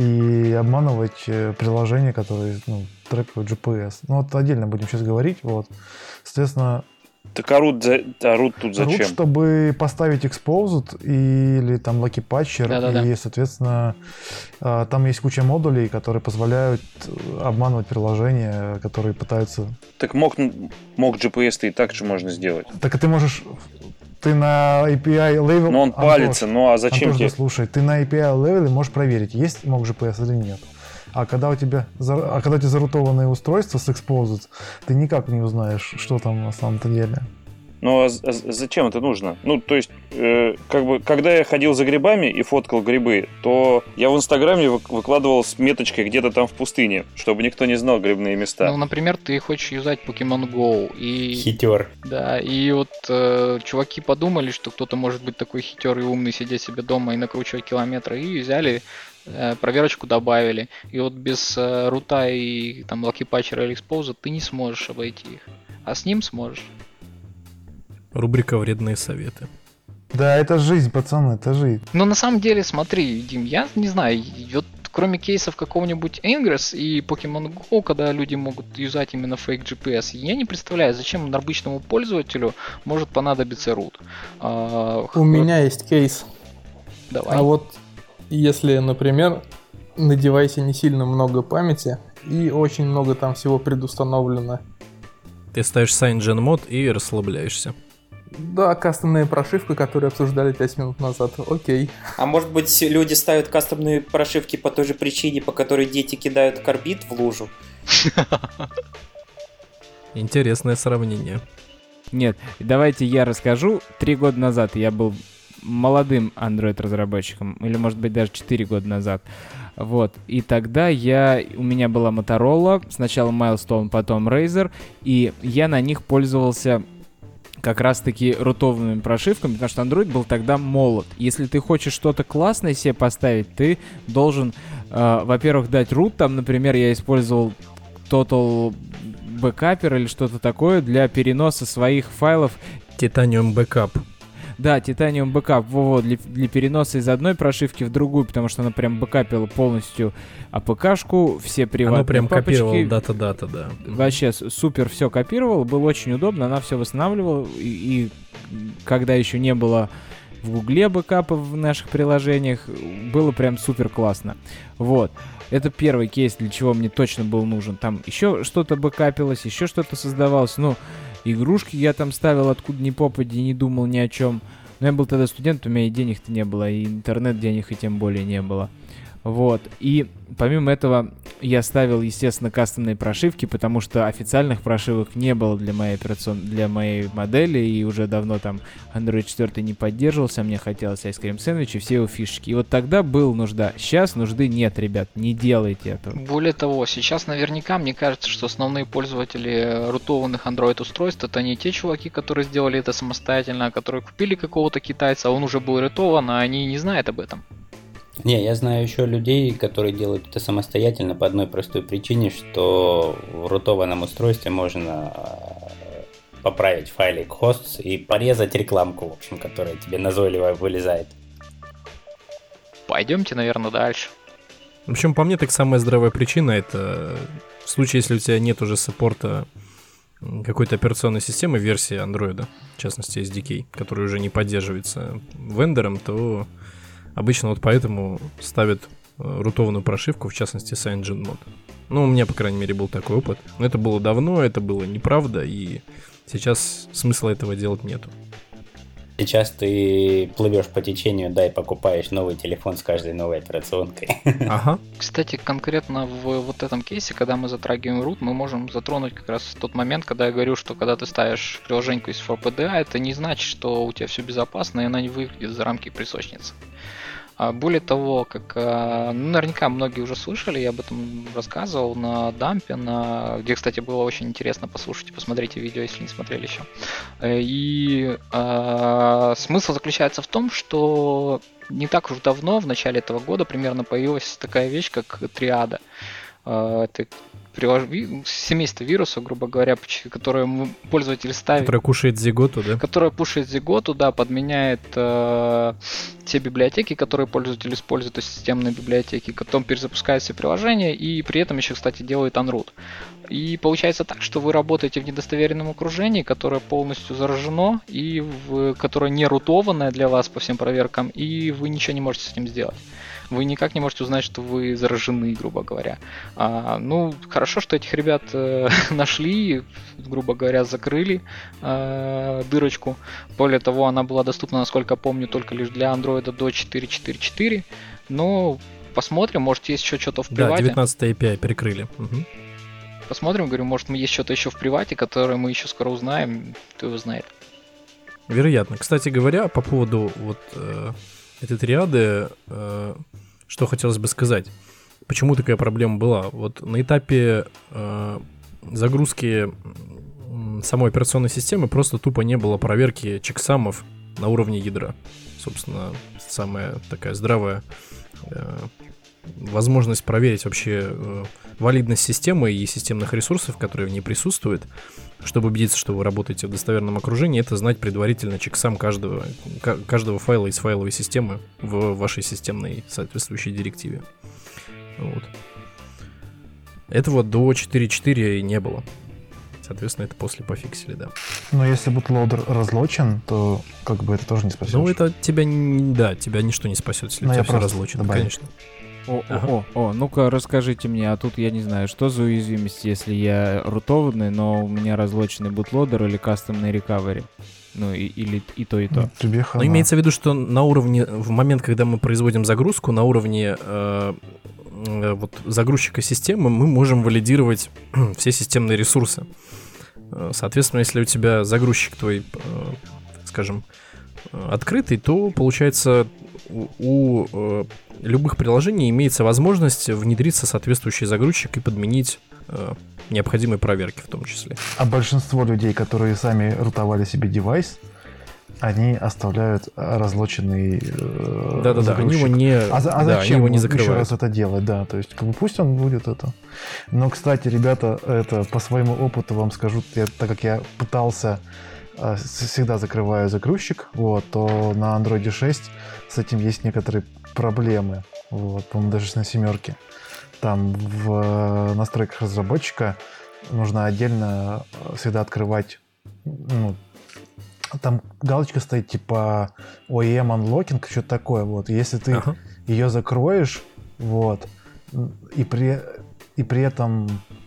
и обманывать э, приложения, которые ну, трекают джи пи эс. Ну, вот отдельно будем сейчас говорить. Вот. Соответственно, Так а root, за... а root тут зачем? root, чтобы поставить exposed или там lucky patcher, Да-да-да. и, соответственно, э, там есть куча модулей, которые позволяют обманывать приложения, которые пытаются... Так мог, мог джи пи эс-то и так же можно сделать. Так а ты можешь... Ты на эй пи ай level... Но он Антош, палится, ну а зачем Антош, тебе? да слушай, ты на эй пи ай level можешь проверить, есть мог джи пи эс или нет. А когда у тебя, за- а когда у тебя зарутованное устройство с exposed, ты никак не узнаешь, что там на самом-то деле. Ну а зачем это нужно? Ну, то есть, э, как бы, когда я ходил за грибами и фоткал грибы, то я в Инстаграме выкладывал с меточкой где-то там в пустыне, чтобы никто не знал грибные места. Ну, например, ты хочешь юзать Pokemon Go и... Хитер. Да, и вот э, чуваки подумали, что кто-то может быть такой хитер и умный, сидеть себе дома и накручивать километры, и взяли, э, проверочку добавили. И вот без э, рута и там Lucky Patcher или Expose ты не сможешь обойти их. А с ним сможешь. Рубрика «Вредные советы». Да, это жизнь, пацаны, это жизнь. Но на самом деле, смотри, Дим, я не знаю, вот кроме кейсов какого-нибудь Ingress и Pokemon Go, когда люди могут юзать именно фейк джи пи эс, я не представляю, зачем обычному пользователю может понадобиться root. А, У меня есть кейс. Давай. А вот если, например, на девайсе не сильно много памяти и очень много там всего предустановлено. Ты ставишь CyanogenMod мод и расслабляешься. Да, кастомная прошивка, которую обсуждали пять минут назад. Окей. А может быть, люди ставят кастомные прошивки по той же причине, по которой дети кидают карбид в лужу? Интересное сравнение. Нет, давайте я расскажу. Три года назад я был молодым Android-разработчиком, или, может быть, даже четыре года назад. Вот, и тогда я, у меня была Motorola, сначала Milestone, потом Razer, и я на них пользовался как раз-таки рутовыми прошивками, потому что Android был тогда молод. Если ты хочешь что-то классное себе поставить, ты должен, э, во-первых, дать root. Там, например, я использовал Total Backuper или что-то такое для переноса своих файлов. Titanium Backup. Да, Titanium Backup, во-во, для, для переноса из одной прошивки в другую, потому что она прям бэкапила полностью АПКшку, все приватные Оно прям папочки. копировало дата-дата, да. Вообще супер все копировало, было очень удобно, она все восстанавливала, и, и когда еще не было в Гугле бэкапов в наших приложениях, было прям супер классно. Вот. Это первый кейс, для чего мне точно был нужен. Там еще что-то бэкапилось, еще что-то создавалось, ну... Игрушки я там ставил откуда ни попади, не думал ни о чем. Но я был тогда студент, у меня и денег-то не было, и интернет-денег и тем более не было. Вот. И помимо этого я ставил, естественно, кастомные прошивки, потому что официальных прошивок не было для моей операцион... для моей модели, и уже давно там Android четыре не поддерживался, мне хотелось Ice Cream Sandwich и все его фишечки. И вот тогда была нужда. Сейчас нужды нет, ребят, не делайте этого. Более того, сейчас наверняка мне кажется, что основные пользователи рутованных Android устройств это не те чуваки, которые сделали это самостоятельно, а которые купили какого-то китайца, а он уже был рутован, а они не знают об этом. Не, я знаю еще людей, которые делают это самостоятельно по одной простой причине, что в рутованном устройстве можно поправить файлик hosts и порезать рекламку, в общем, которая тебе назойливо вылезает. Пойдемте, наверное, дальше. В общем, по мне, так самая здравая причина это в случае, если у тебя нет уже саппорта какой-то операционной системы, версии Android, в частности эс ди кей, который уже не поддерживается вендором, то обычно вот поэтому ставят рутованную прошивку, в частности CyanogenMod. Ну, у меня, по крайней мере, был такой опыт. Но это было давно, это было неправда, и сейчас смысла этого делать нету. Сейчас ты плывешь по течению, да, и покупаешь новый телефон с каждой новой операционкой. Ага. Кстати, конкретно в вот этом кейсе, когда мы затрагиваем root, мы можем затронуть как раз тот момент, когда я говорю, что когда ты ставишь приложеньку из эф пи ди, это не значит, что у тебя все безопасно, и она не выглядит за рамки песочницы. Более того, как ну, наверняка многие уже слышали, я об этом рассказывал на дампе, на... где, кстати, было очень интересно послушать и посмотрите видео, если не смотрели еще. И э, смысл заключается в том, что не так уж давно, в начале этого года, примерно появилась такая вещь, как триада. Э, это прилож... семейство вирусов, грубо говоря, которое пользователь ставит... Которое кушает зиготу, да? Которое кушает зиготу, да, подменяет э, те библиотеки, которые пользователь использует, то есть системные библиотеки, потом перезапускает все приложения и при этом еще, кстати, делает unroot. И получается так, что вы работаете в недостоверенном окружении, которое полностью заражено и в... которое не рутованное для вас по всем проверкам, и вы ничего не можете с этим сделать. Вы никак не можете узнать, что вы заражены, грубо говоря. А, ну, хорошо, что этих ребят э, нашли, грубо говоря, закрыли э, дырочку. Более того, она была доступна, насколько помню, только лишь для Android до четыре точка четыре точка четыре. Но посмотрим, может, есть еще что-то в привате. Да, девятнадцатый эй пи ай перекрыли. Угу. Посмотрим, говорю, может, есть что-то еще в привате, которое мы еще скоро узнаем, кто его знает. Вероятно. Кстати говоря, по поводу вот э, этой триады, э, что хотелось бы сказать. Почему такая проблема была? Вот на этапе э, загрузки самой операционной системы просто тупо не было проверки чексамов на уровне ядра. Собственно, самая такая здравая э, возможность проверить вообще э, валидность системы и системных ресурсов, которые в ней присутствуют, чтобы убедиться, что вы работаете в достоверном окружении, это знать предварительно чексам каждого, каждого файла из файловой системы в вашей системной соответствующей директиве. Вот. Этого до четыре точка четыре не было. Соответственно, это после пофиксили, да. Но если бутлоудер разлочен, то как бы это тоже не спасет. Ну, это тебя, не, да, тебя ничто не спасет, если Но у тебя я все разлочено, добавить. конечно. О, Ага. о, о, о, ну-ка расскажите мне, а тут я не знаю, что за уязвимость, если я рутованный, но у меня разлоченный бутлодер или кастомный рекавери? Ну, и, или и то, и то. Тебе хана. Но имеется в виду, что на уровне, в момент, когда мы производим загрузку, на уровне э, э, вот, загрузчика системы, мы можем валидировать все системные ресурсы. Э, Соответственно, если у тебя загрузчик твой, э, так скажем, э, открытый, то, получается, у, у э, любых приложений имеется возможность внедриться соответствующий загрузчик и подменить э, необходимые проверки в том числе. А большинство людей, которые сами рутовали себе девайс, они оставляют разлоченный э, Да-да-да, они загрузчик. его не, А, за- а да, зачем они его не еще закрывают. раз это делать, да, то есть как бы пусть он будет это. Но, кстати, ребята, это по своему опыту вам скажу, я, так как я пытался, э, с- всегда закрываю загрузчик, вот, то на Android шесть с этим есть некоторые проблемы, вот, по-моему, даже на семерке. Там в э, настройках разработчика нужно отдельно э, всегда открывать, ну, там галочка стоит типа о и эм Unlocking, что-то такое, вот. Если ты Ага. ее закроешь, вот, и при, и при этом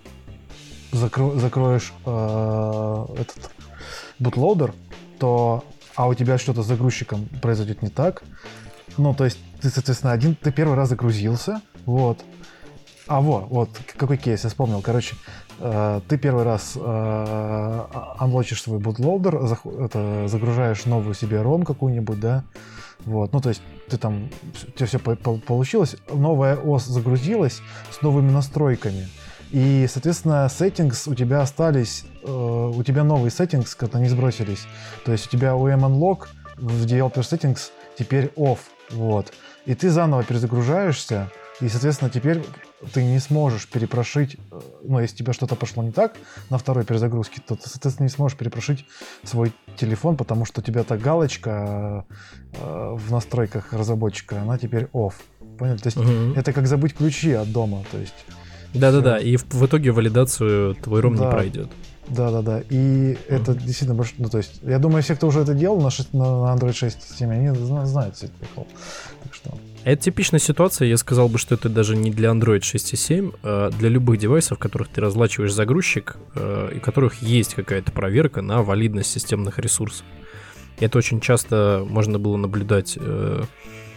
закро- закроешь э, этот бутлоудер, то, а у тебя что-то с загрузчиком произойдет не так, ну, то есть ты, соответственно, один, ты первый раз загрузился, вот, а вот, вот, какой кейс, я вспомнил, короче, э, ты первый раз э, анлочишь свой бутлоудер, зах- это, загружаешь новую себе ром какую-нибудь, да, вот, ну, то есть ты там, у тебя все получилось, новая ОС загрузилась с новыми настройками, и, соответственно, settings у тебя остались, э, у тебя новые settings, когда не сбросились, то есть у тебя о и эм Unlock в Developer Settings теперь off, вот, и ты заново перезагружаешься, и, соответственно, теперь ты не сможешь перепрошить, ну, если у тебя что-то пошло не так на второй перезагрузке, то ты, соответственно, не сможешь перепрошить свой телефон, потому что у тебя та галочка э, в настройках разработчика, она теперь off. Понял? То есть Мгм. это как забыть ключи от дома, то есть Да-да-да, и в, в итоге валидацию твой ром Да. не пройдет. да-да-да. И это действительно больше, ну, то есть, я думаю, все, кто уже это делал на, шесть- на Android шесть системе, они зна- знают все это прикол. Так что... Это типичная ситуация, я сказал бы, что это даже не для Android шесть и семь, а для любых девайсов, в которых ты разлачиваешь загрузчик, э, и у которых есть какая-то проверка на валидность системных ресурсов. И это очень часто можно было наблюдать э,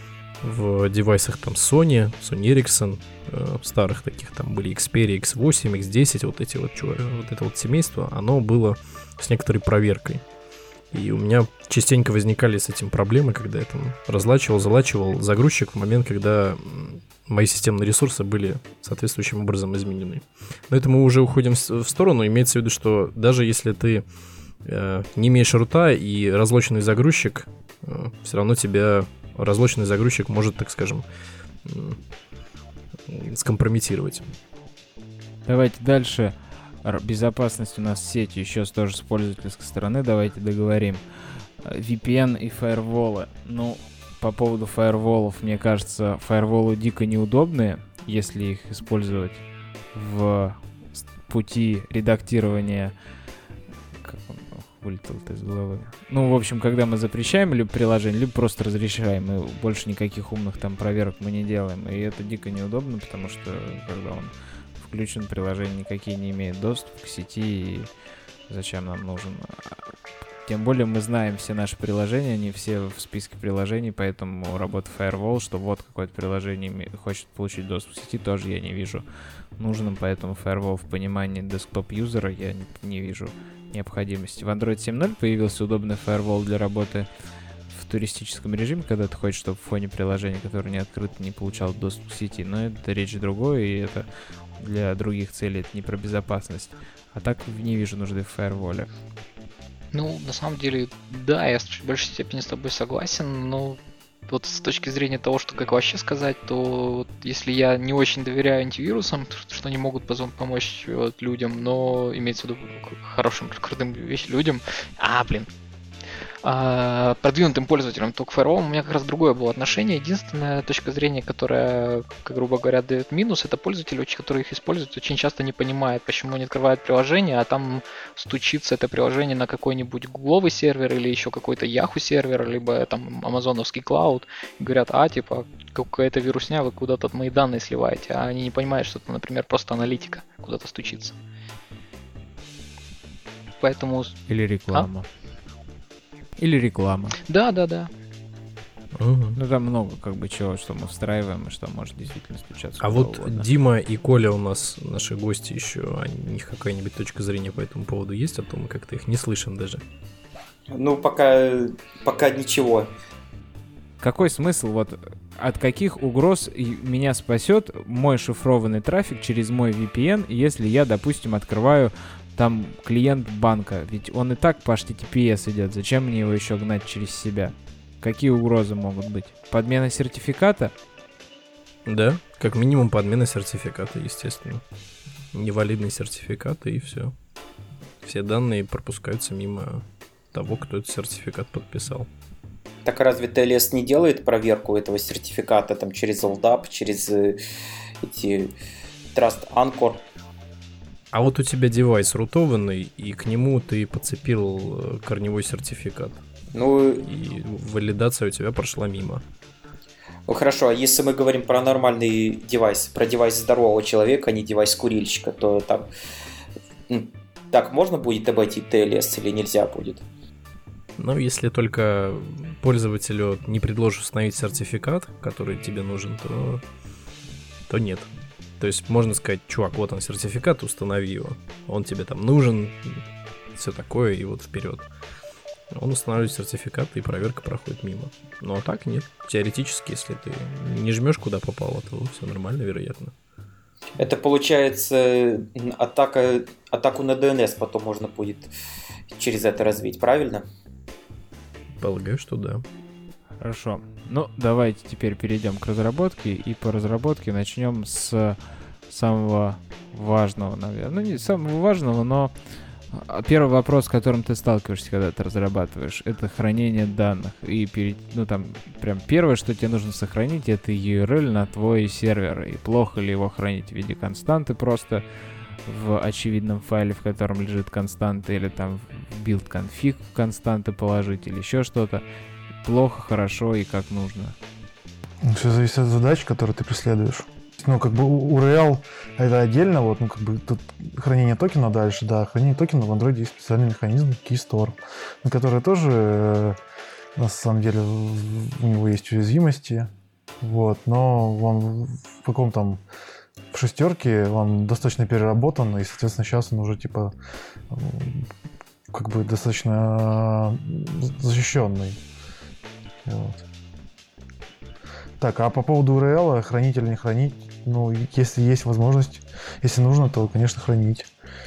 в девайсах там Sony, Sony Ericsson, э, старых таких, там были Xperia икс восемь, икс десять, вот эти вот, чува- вот это вот семейство, оно было с некоторой проверкой. И у меня частенько возникали с этим проблемы, когда я там разлачивал, залачивал загрузчик в момент, когда м, мои системные ресурсы были соответствующим образом изменены. Но это мы уже уходим с- в сторону. Имеется в виду, что даже если ты э, не имеешь рута и разлоченный загрузчик, э, все равно тебя разлоченный загрузчик может, так скажем, м, скомпрометировать. Давайте дальше. Р- Безопасность у нас в сети еще тоже с пользовательской стороны. Давайте договорим. Э, ви пи эн и фаерволы. Ну, по поводу фаерволов, мне кажется, фаерволы дико неудобные, если их использовать в с- пути редактирования. Как он ох, вылетел-то из головы. Ну, в общем, когда мы запрещаем либо приложение, либо просто разрешаем, и больше никаких умных там проверок мы не делаем. И это дико неудобно, потому что когда он включен, приложение никакие не имеет доступ к сети, и зачем нам нужен Тем более мы знаем все наши приложения, они все в списке приложений, поэтому работа Firewall, что вот какое-то приложение хочет получить доступ к сети, тоже я не вижу нужным, поэтому Firewall в понимании десктоп-юзера я не, не вижу необходимости. В Android семь ноль появился удобный Firewall для работы в туристическом режиме, когда ты хочешь, чтобы в фоне приложения, которое не открыто, не получал доступ к сети, но это речь другое, и это для других целей, это не про безопасность. А так не вижу нужды в Firewall. Ну, на самом деле, да, я в большей степени с тобой согласен, но вот с точки зрения того, что как вообще сказать, то вот если я не очень доверяю антивирусам, что они могут позволить помочь вот, людям, но имеется в виду хорошим, крутым вещь людям, а, блин, а, продвинутым пользователям, то к Firewall у меня как раз другое было отношение. Единственная точка зрения, которая, как, грубо говоря, дает минус, это пользователь, который их использует, очень часто не понимает, почему они открывают приложение, а там стучится это приложение на какой-нибудь гугловый сервер или еще какой-то Yahoo сервер, либо там амазоновский клауд, и говорят, а, типа, какая-то вирусня, вы куда-то мои данные сливаете, а они не понимают, что это, например, просто аналитика куда-то стучится. Поэтому... Или реклама. А? Или реклама. Да, да, да. Угу. Ну там много как бы чего, что мы встраиваем и что может действительно стучаться. А вот угодно. Дима и Коля у нас, наши гости еще, у них какая-нибудь точка зрения по этому поводу есть, а то мы как-то их не слышим даже. Ну, пока, пока ничего. Какой смысл, вот от каких угроз меня спасет мой шифрованный трафик через мой ви пи эн, если я, допустим, открываю там клиент банка, ведь он и так по эйч ти ти пи эс идет, зачем мне его еще гнать через себя? Какие угрозы могут быть? Подмена сертификата? Да, как минимум подмена сертификата, естественно. Невалидный сертификат и все. Все данные пропускаются мимо того, кто этот сертификат подписал. Так разве ти эл эс не делает проверку этого сертификата там через эл дап, через э, эти Trust Anchor? А вот у тебя девайс рутованный, и к нему ты подцепил корневой сертификат. Ну, и валидация у тебя прошла мимо. Ну хорошо, а если мы говорим про нормальный девайс, про девайс здорового человека, а не девайс курильщика, то там так можно будет обойти ти эл эс или нельзя будет? Ну, если только пользователю не предложишь установить сертификат, который тебе нужен, то, то нет. То есть можно сказать, чувак, вот он сертификат, установи его. Он тебе там нужен, все такое, и вот вперед. Он устанавливает сертификат, и проверка проходит мимо. Ну а так нет. Теоретически, если ты не жмешь куда попало, то все нормально, вероятно. Это получается атака, атаку на ди эн эс потом можно будет через это развить, правильно? Полагаю, что да. Хорошо. Ну, давайте теперь перейдем к разработке. И по разработке начнем с самого важного, наверное. Ну, не самого важного, но первый вопрос, с которым ты сталкиваешься, когда ты разрабатываешь, это хранение данных. И перед, ну, там, прям первое, что тебе нужно сохранить, это ю ар эл на твой сервер. И плохо ли его хранить в виде константы просто в очевидном файле, в котором лежит константа, или там в build-config константы положить, или еще что-то. Плохо, хорошо и как нужно. Все зависит от задач, которые ты преследуешь. Ну, как бы ю ар эл это отдельно, вот, ну, как бы тут хранение токена дальше, да, хранение токена в Android есть специальный механизм Keystore, на который тоже, э, на самом деле, у него есть уязвимости, вот, но он в каком там в шестерке, он достаточно переработан, и, соответственно, сейчас он уже, типа, как бы достаточно защищенный. Вот. Так, а по поводу ю ар эл, хранить или не хранить, ну, если есть возможность, если нужно, то, конечно, хранить.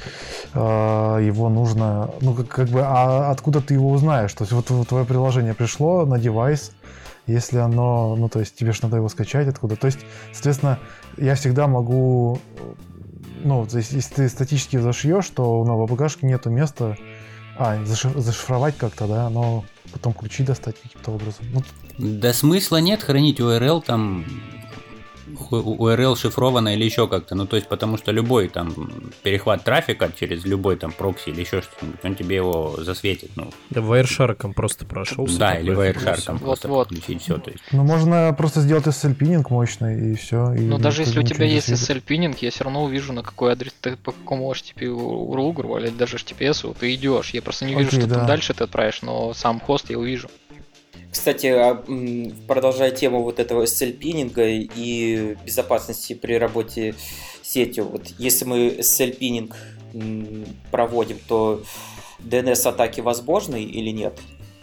А, его нужно, ну, как, как бы, а откуда ты его узнаешь? То есть вот, вот твое приложение пришло на девайс, если оно, ну, то есть тебе же надо его скачать откуда. То есть, соответственно, я всегда могу, ну, то есть, если ты статически зашьешь, то ну, в эй пи кашке нету места, а, зашиф- зашифровать как-то, да, но потом ключи достать каким-то образом. Ну, да смысла нет хранить ю ар эл там ю ар эл шифровано или еще как-то. Ну, то есть, потому что любой там перехват трафика через любой там прокси или еще что-нибудь, он тебе его засветит. Ну, да, Wireshark просто прошелся. Да, или Wireshark просто вот, подключить все. То есть. Ну, можно просто сделать эс эл пининг мощный и все. Но даже если у тебя есть эс эл пининг, я все равно увижу, на какой адрес ты по какому эйч ти ти пи ю ар эл, грубо говоря, или даже эйч ти ти пи эс ты идешь. Я просто не вижу, Окей, что да. там дальше ты отправишь, но сам хост я увижу. Кстати, продолжая тему вот этого эс эл пининга и безопасности при работе с сетью, вот если мы эс эл пининг проводим, то ди эн эс-атаки возможны или нет?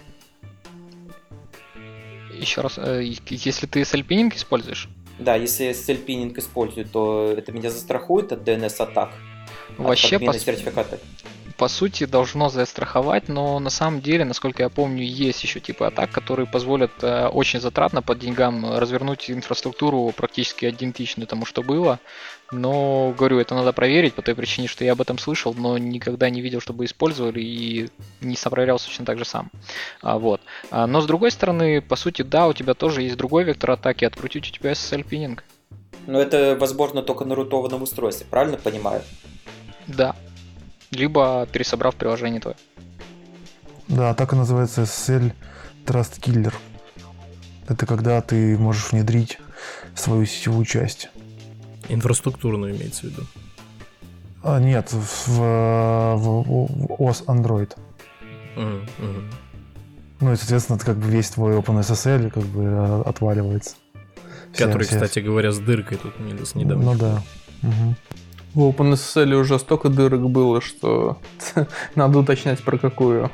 Еще раз, если ты эс эл пининг используешь? Да, если эс эл пининг использую, то это меня застрахует от ди эн эс-атак? Вообще, от по, сертификата? по сути, должно застраховать, но на самом деле, насколько я помню, есть еще типы атак, которые позволят э, очень затратно по деньгам развернуть инфраструктуру практически идентичную тому, что было. Но, говорю, это надо проверить по той причине, что я об этом слышал, но никогда не видел, чтобы использовали и не сопроверялся точно так же сам. А, вот. а, но с другой стороны, по сути, да, у тебя тоже есть другой вектор атаки, открутить у тебя эс эл пининг. Но это возможно только на рутованном устройстве, правильно понимаю? Да. Либо пересобрав приложение твое. Да, так и называется эс эл Trust Killer. Это когда ты можешь внедрить свою сетевую часть. Инфраструктурную имеется в виду? А, нет, в, в, в о эс Android. Mm, mm. Ну и, соответственно, это как бы весь твой OpenSSL как бы отваливается. Который, все, кстати все... говоря, с дыркой тут недавно. Ну да. Угу. В OpenSSL уже столько дырок было, что надо уточнять, про какую.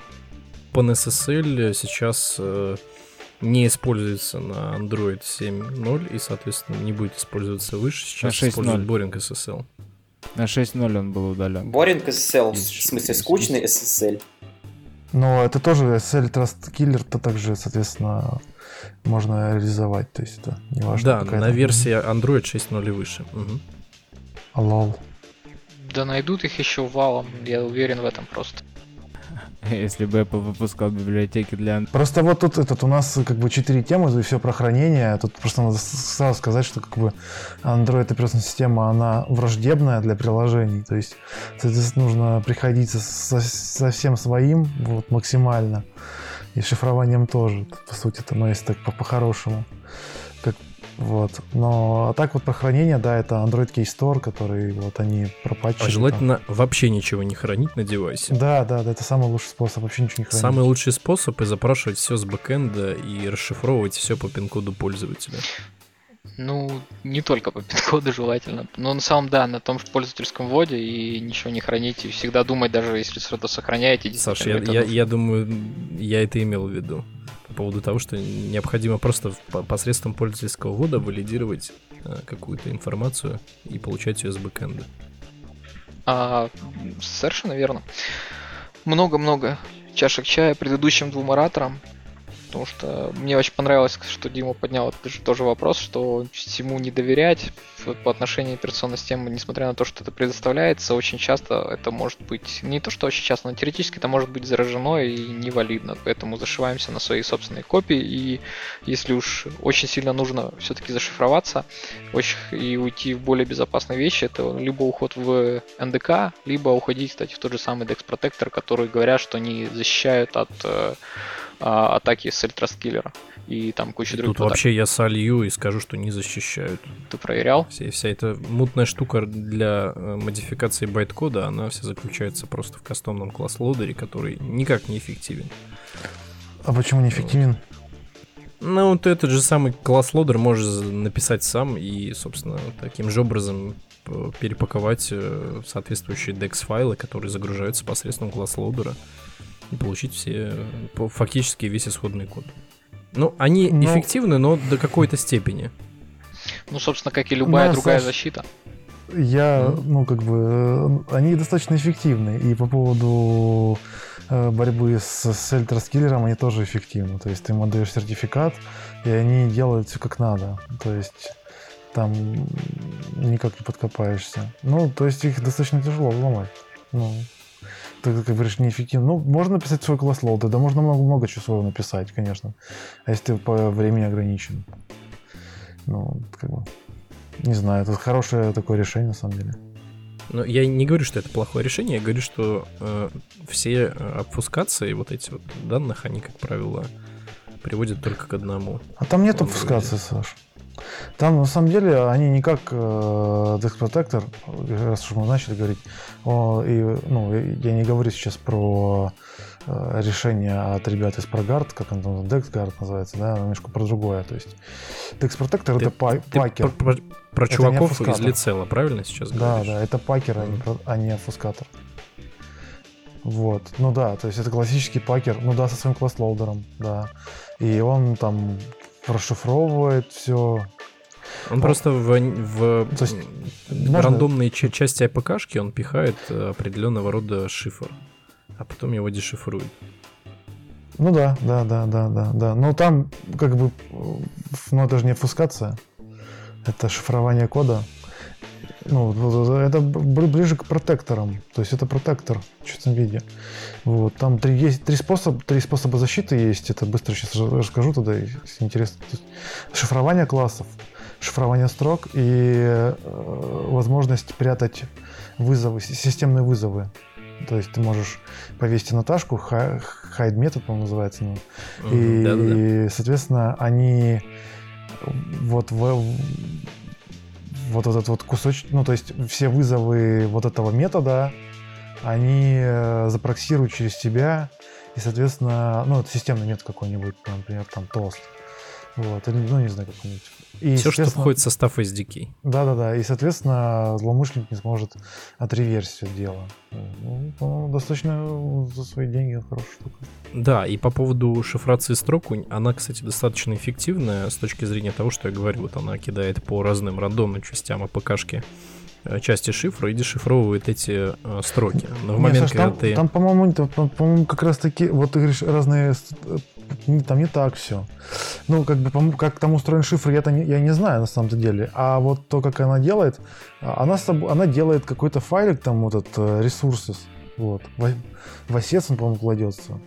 OpenSSL сейчас э, не используется на Android семь ноль и, соответственно, не будет использоваться выше. Сейчас используют Boring эс эс эл. На шесть ноль он был удален. Boring эс эс эл, в смысле скучный эс эс эл. Но это тоже эс эл Trust Killer, то также, соответственно, можно реализовать. То есть это не важно. Да, на версии Android шесть ноль и выше. Угу. Лол. Да найдут их еще валом, я уверен в этом просто. Если бы Apple выпускал библиотеки для... Просто вот тут этот, у нас как бы четыре темы, и все про хранение. Тут просто надо сразу сказать, что как бы Android операционная система, она враждебная для приложений. То есть, соответственно, нужно приходить со, со всем своим вот, максимально. И шифрованием тоже, по сути, это, ну, если так по- по-хорошему. Как, вот. Но а так вот про хранение, да, это Android Key Store, который вот они пропатчили. А желательно там вообще ничего не хранить на девайсе. Да, да, да, это самый лучший способ, вообще ничего не хранить. Самый лучший способ — и запрашивать все с бэкэнда и расшифровывать все по пин-коду пользователя. Ну, не только по пин-коду желательно. Но на самом да, на том же пользовательском вводе и ничего не храните. Всегда думать, даже если что-то сохраняете. Саш, я, я, я думаю, я это имел в виду. По поводу того, что необходимо просто посредством пользовательского ввода валидировать а, какую-то информацию и получать ее с бэкэнда. А, совершенно верно. Много-много чашек чая предыдущим двум ораторам. Потому что мне очень понравилось, что Дима поднял это тоже вопрос, что всему не доверять по отношению операционной системы, несмотря на то, что это предоставляется, очень часто это может быть, не то что очень часто, но теоретически это может быть заражено и невалидно, поэтому зашиваемся на свои собственные копии, и если уж очень сильно нужно все-таки зашифроваться и уйти в более безопасные вещи, это либо уход в эн дэ ка, либо уходить, кстати, в тот же самый Dex Protector, которые говорят, что они защищают от а, атаки с Trust Killer и там куча других. Тут атак. Вообще я солью и скажу, что не защищают. Ты проверял? Вся, вся эта мутная штука для модификации байткода, она вся заключается просто в кастомном класс-лодере, который никак не эффективен. А почему не эффективен? Ну, вот этот же самый класс-лодер можешь написать сам и, собственно, таким же образом перепаковать соответствующие декс-файлы, которые загружаются посредством класс-лодера, и получить все, фактически весь исходный код. Ну, они но... эффективны, но до какой-то степени. Ну, собственно, как и любая но, другая Саш, защита. Я, mm. ну, как бы, они достаточно эффективны. И по поводу э, борьбы с, с Trust Killer они тоже эффективны. То есть ты им отдаешь сертификат, и они делают все как надо. То есть там никак не подкопаешься. Ну, то есть их достаточно тяжело взломать. Ну, ты, как говоришь, неэффективно. Ну, можно написать свой класс-лоудер, да можно много-много чего своего написать, конечно. А если ты по времени ограничен. Ну, как бы... Не знаю, это хорошее такое решение, на самом деле. Но я не говорю, что это плохое решение, я говорю, что э, все обфускации вот эти вот данных, они, как правило, приводят только к одному. А там нет обфускации, Саш. Там, на самом деле, они не как э, Dex Protector, раз уж мы начали говорить, о, и, ну, я не говорю сейчас про э, решение от ребят из ProGuard, как он там, DexGuard называется, да, немножко про другое. То есть Dex Protector ты, это па- ты пакер. Про, про, про чуваков из Лицела, правильно сейчас да, говоришь? Да, да, это пакер, mm-hmm. а не обфускатор. Вот, ну да, то есть это классический пакер, ну да, со своим класс-лоудером, да. И он там расшифровывает все. Он, он просто в, в то есть, рандомные можно... части эй пи кей-шки он пихает определенного рода шифр, а потом его дешифрует. Ну да, да, да, да, да, да. Но там как бы, ну это же не обфускация, это шифрование кода. Ну, это ближе к протекторам. То есть это протектор в чистом виде. Вот. Там три, есть три способа, три способа защиты есть. Это быстро сейчас расскажу тогда, если интересно. Шифрование классов, шифрование строк и э, возможность прятать вызовы, системные вызовы. То есть ты можешь повесить Наташку, hide метод, по-моему, называется. Ну. И, да-да-да. соответственно, они вот в вот этот вот кусочек, ну, то есть все вызовы вот этого метода, они э, запроксируют через тебя, и, соответственно, ну, это системный метод какой-нибудь, например, там, тост, вот, или, ну, не знаю, какой-нибудь. И, все, что входит в состав эс ди кей. Да-да-да, и, соответственно, злоумышленник не сможет отреверсить это дело. Ну, достаточно за свои деньги хорошая штука. Да, и по поводу шифрации строк, она, кстати, достаточно эффективная с точки зрения того, что я говорю. Вот она кидает по разным рандомным частям эй пи кей-шки части шифра и дешифровывает эти э, строки. Но в не, момент, Саш, когда там, ты... Там, по-моему, там, по-моему, как раз таки, вот ты говоришь, разные... Там не так все. Ну, как бы, как там устроен шифр, я, не, я не знаю на самом деле. А вот то, как она делает, она, она делает какой-то файлик, там, вот этот, ресурсы, вот. В осец он, по-моему, кладется.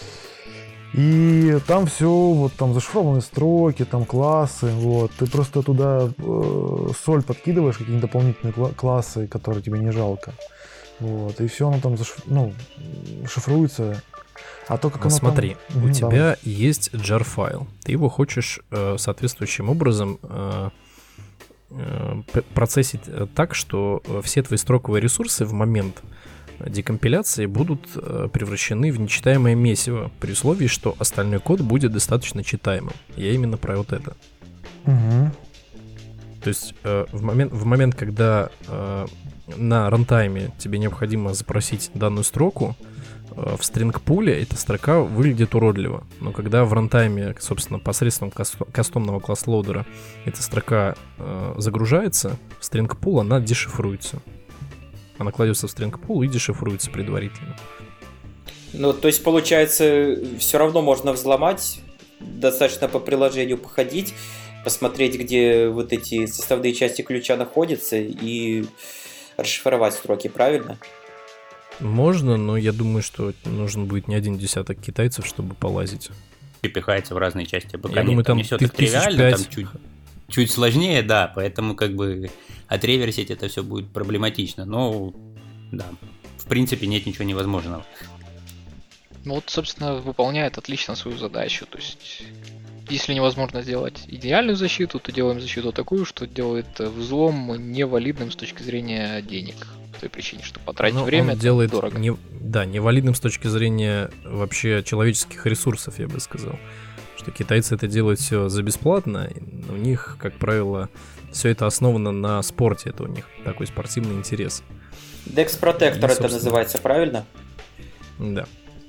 И там все, вот там зашифрованные строки, там классы, вот. Ты просто туда э, соль подкидываешь, какие-нибудь дополнительные кла- классы, которые тебе не жалко. Вот. И все оно там зашиф... ну, шифруется. А то, как ну, оно смотри, там... у mm, тебя давай. есть джар файл. Ты его хочешь э, соответствующим образом э, э, процессить так, что все твои строковые ресурсы в момент декомпиляции будут превращены в нечитаемое месиво, при условии, что остальной код будет достаточно читаемым. Я именно про вот это. Угу. То есть э, в, момент, в момент, когда э, на рантайме тебе необходимо запросить данную строку, э, в стринг-пуле эта строка выглядит уродливо. Но когда в рантайме, собственно, посредством кастом, кастомного класс-лоудера эта строка э, загружается, в стринг-пул она дешифруется. Она кладется в стринг-пул и дешифруется предварительно. Ну, то есть, получается, все равно можно взломать, достаточно по приложению походить, посмотреть, где вот эти составные части ключа находятся, и расшифровать строки, правильно? Можно, но я думаю, что нужен будет не один десяток китайцев, чтобы полазить. Припихается в разные части АБК. Я думаю, там не все ты, так тривиально, там пять... чуть, чуть сложнее, да, поэтому как бы отреверсить это все будет проблематично. Но, да, в принципе нет ничего невозможного. Ну вот, собственно, выполняет отлично свою задачу. То есть, если невозможно сделать идеальную защиту, то делаем защиту такую, что делает взлом невалидным с точки зрения денег. По той причине, что потратить Но время он делает дорого. Не, да, невалидным с точки зрения вообще человеческих ресурсов, я бы сказал. Что китайцы это делают все за бесплатно. У них, как правило, все это основано на спорте. Это у них такой спортивный интерес. Dex Protector И, это называется, правильно? Да.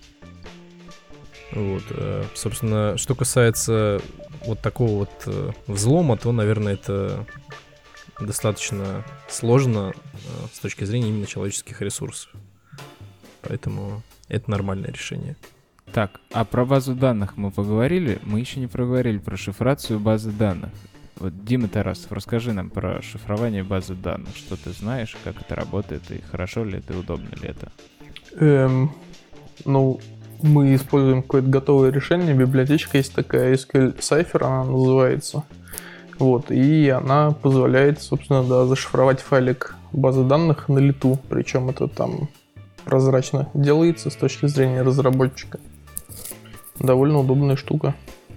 Вот, собственно, что касается вот такого вот взлома, то, наверное, это достаточно сложно с точки зрения именно человеческих ресурсов. Поэтому это нормальное решение. Так, а про базу данных мы поговорили? Мы еще не проговорили про шифрацию базы данных. Вот, Дима Тарасов, расскажи нам про шифрование базы данных. Что ты знаешь, как это работает, и хорошо ли это, и удобно ли это? Эм, ну, мы используем какое-то готовое решение. Библиотечка есть такая, эс кью эль Cypher она называется. Вот, и она позволяет, собственно, да, зашифровать файлик базы данных на лету, причем это там прозрачно делается с точки зрения разработчика. Довольно удобная штука.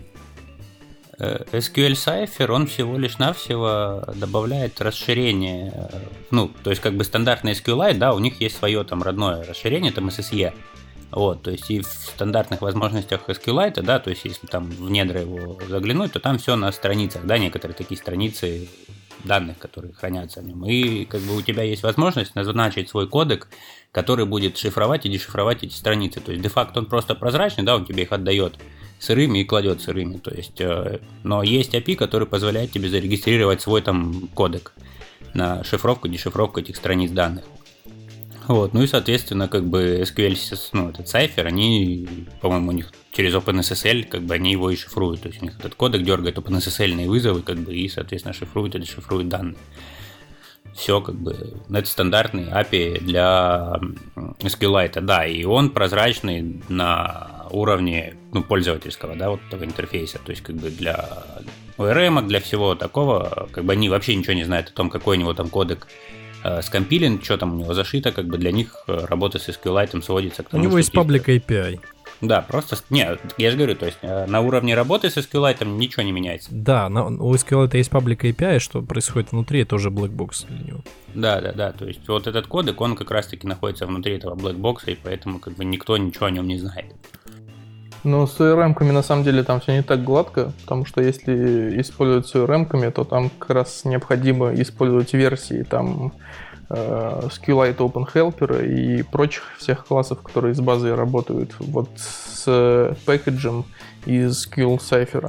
эс кью эль Cypher, он всего лишь навсего добавляет расширение, ну, то есть как бы стандартный SQLite, да, у них есть свое там родное расширение, там эс эс и. Вот, то есть и в стандартных возможностях SQLite, да, то есть если там в недра его заглянуть, то там все на страницах, да, некоторые такие страницы данных, которые хранятся в нем. И как бы у тебя есть возможность назначить свой кодек, который будет шифровать и дешифровать эти страницы. То есть де-факто он просто прозрачный, да, он тебе их отдает сырыми и кладет сырыми. То есть, э, но есть эй пи ай, который позволяет тебе зарегистрировать свой там кодек на шифровку, дешифровку этих страниц данных. Вот, ну и, соответственно, как бы эс кью эль, ну, этот Cypher, они, по-моему, у них через OpenSSL, как бы, они его и шифруют. То есть у них этот кодек дергает OpenSSL-ные вызовы, как бы, и, соответственно, шифрует или шифрует данные. Все, как бы, это стандартный эй пи ай для SQLite, да, и он прозрачный на уровне, ну, пользовательского, да, вот этого интерфейса. То есть, как бы, для о эр эм, для всего такого, как бы, они вообще ничего не знают о том, какой у него там кодек скомпилен, что там у него зашито, как бы для них работа с SQLite сводится к тому, у него есть паблик эй пи ай. Да, просто... Не, я же говорю, то есть на уровне работы с SQLite ничего не меняется. Да, на, у SQLite есть паблик эй пи ай, что происходит внутри, это уже blackbox для него. Да, да, да, то есть вот этот кодек, он как раз-таки находится внутри этого blackbox, и поэтому как бы никто ничего о нем не знает. Но с о эр эм-ками на самом деле там все не так гладко, потому что если использовать с о эр эм-ками, то там как раз необходимо использовать версии там э, SQLite Open Helper и прочих всех классов, которые с базой работают вот с пэкэджем из эс кью эль Cypher.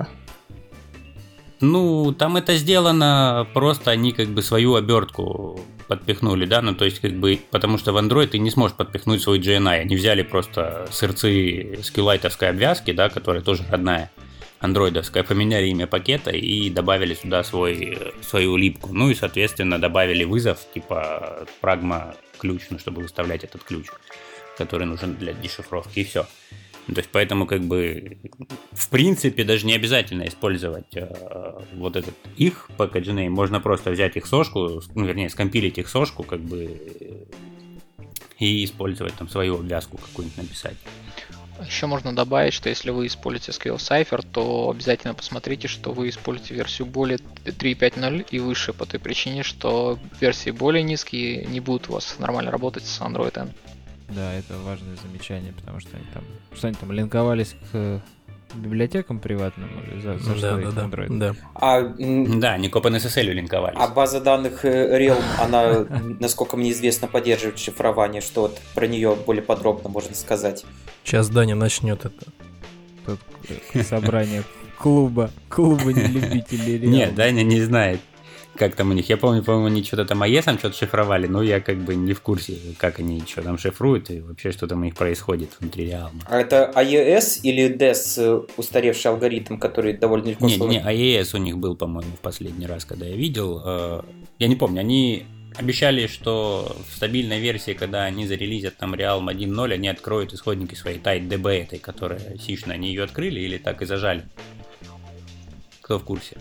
Ну, там это сделано, просто они как бы свою обертку подпихнули, да, ну то есть как бы, потому что в Android ты не сможешь подпихнуть свой джи эн ай, они взяли просто сырцы SQLite-овской обвязки, да, которая тоже родная, андроидовская, поменяли имя пакета и добавили сюда свой, свою липку, ну и, соответственно, добавили вызов, типа прагма ключ, ну, чтобы выставлять этот ключ, который нужен для дешифровки, и все. То есть, поэтому, как бы, в принципе, даже не обязательно использовать э, вот этот их package name. Можно просто взять их сошку, ну, вернее, скомпилить их сошку, как бы, и использовать там свою обвязку какую-нибудь написать. Еще можно добавить, что если вы используете эс кью эль Cypher, то обязательно посмотрите, что вы используете версию более три точка пять ноль и выше, по той причине, что версии более низкие не будут у вас нормально работать с Android N. Да, это важное замечание, потому что они там, что они там линковались к библиотекам приватным или за, за да, что да, их да, Android? Да. А, да, они к OpenSSL линковались. А база данных Realm, она, насколько мне известно, поддерживает шифрование, что вот про нее более подробно можно сказать. Сейчас Даня начнет это. Тут собрание клуба, клуба нелюбителей Realm. Нет, Даня не знает, как там у них. Я помню, по-моему, они что-то там эй и эс что-то шифровали, но я как бы не в курсе, как они что там шифруют и вообще что там у них происходит внутри Realm. А это эй и эс или ди и эс, устаревший алгоритм, который довольно легко... Не, не, эй и эс у них был, по-моему, в последний раз, когда я видел. Я не помню, они обещали, что в стабильной версии, когда они зарелизят там Realm один ноль, они откроют исходники своей TightDB этой, которая сишная, они ее открыли или так и зажали? Кто в курсе?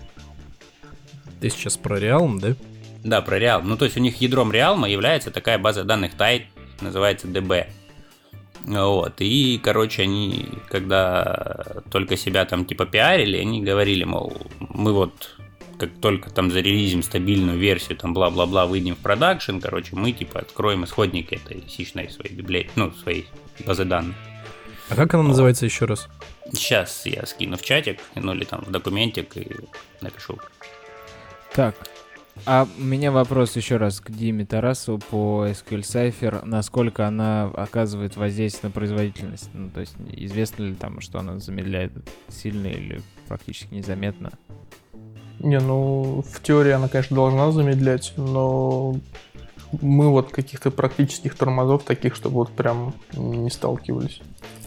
Ты сейчас про Realm, да? Да, про Realm. Ну, то есть у них ядром Realm является такая база данных Tight, называется ди би. Вот. И, короче, они, когда только себя там типа пиарили, они говорили, мол, мы вот как только там зарелизим стабильную версию, там бла-бла-бла, выйдем в продакшн, короче, мы типа откроем исходники этой сишной своей библиотеки, ну, своей базы данных. А как она называется еще раз? Сейчас я скину в чатик, ну или там в документик и напишу. Так, а у меня вопрос еще раз к Диме Тарасову по эс кью эль Cypher. Насколько она оказывает воздействие на производительность? Ну, то есть известно ли там, что она замедляет сильно или практически незаметно? Не, ну, в теории она, конечно, должна замедлять, но мы вот каких-то практических тормозов таких, чтобы вот прям не сталкивались.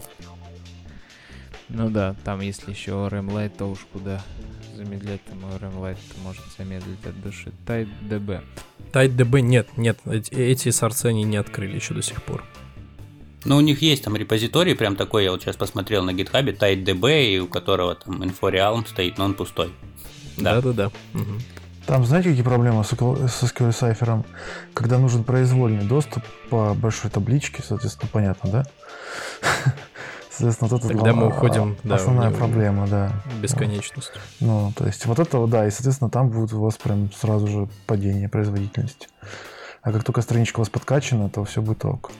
Ну да, там если еще о эр эм Lite, то уж куда замедлять, там о эр эм Lite может замедлить от души. TightDB. TightDB нет, нет, эти, эти сорцы они не открыли еще до сих пор. Ну, у них есть там репозиторий, прям такой, я вот сейчас посмотрел на GitHub, TightDB, у которого там InfoRealm стоит, но он пустой. Да. Да-да-да. Угу. Там знаете, какие проблемы с эс кью эль-сайфером? Когда нужен произвольный доступ по большой табличке, соответственно, понятно, да? Соответственно, вот это Тогда мы уходим, да, основная в проблема, да. бесконечность. Ну, то есть вот это, да, и, соответственно, там будет у вас прям сразу же падение производительности. А как только страничка у вас подкачана, то все будет ок.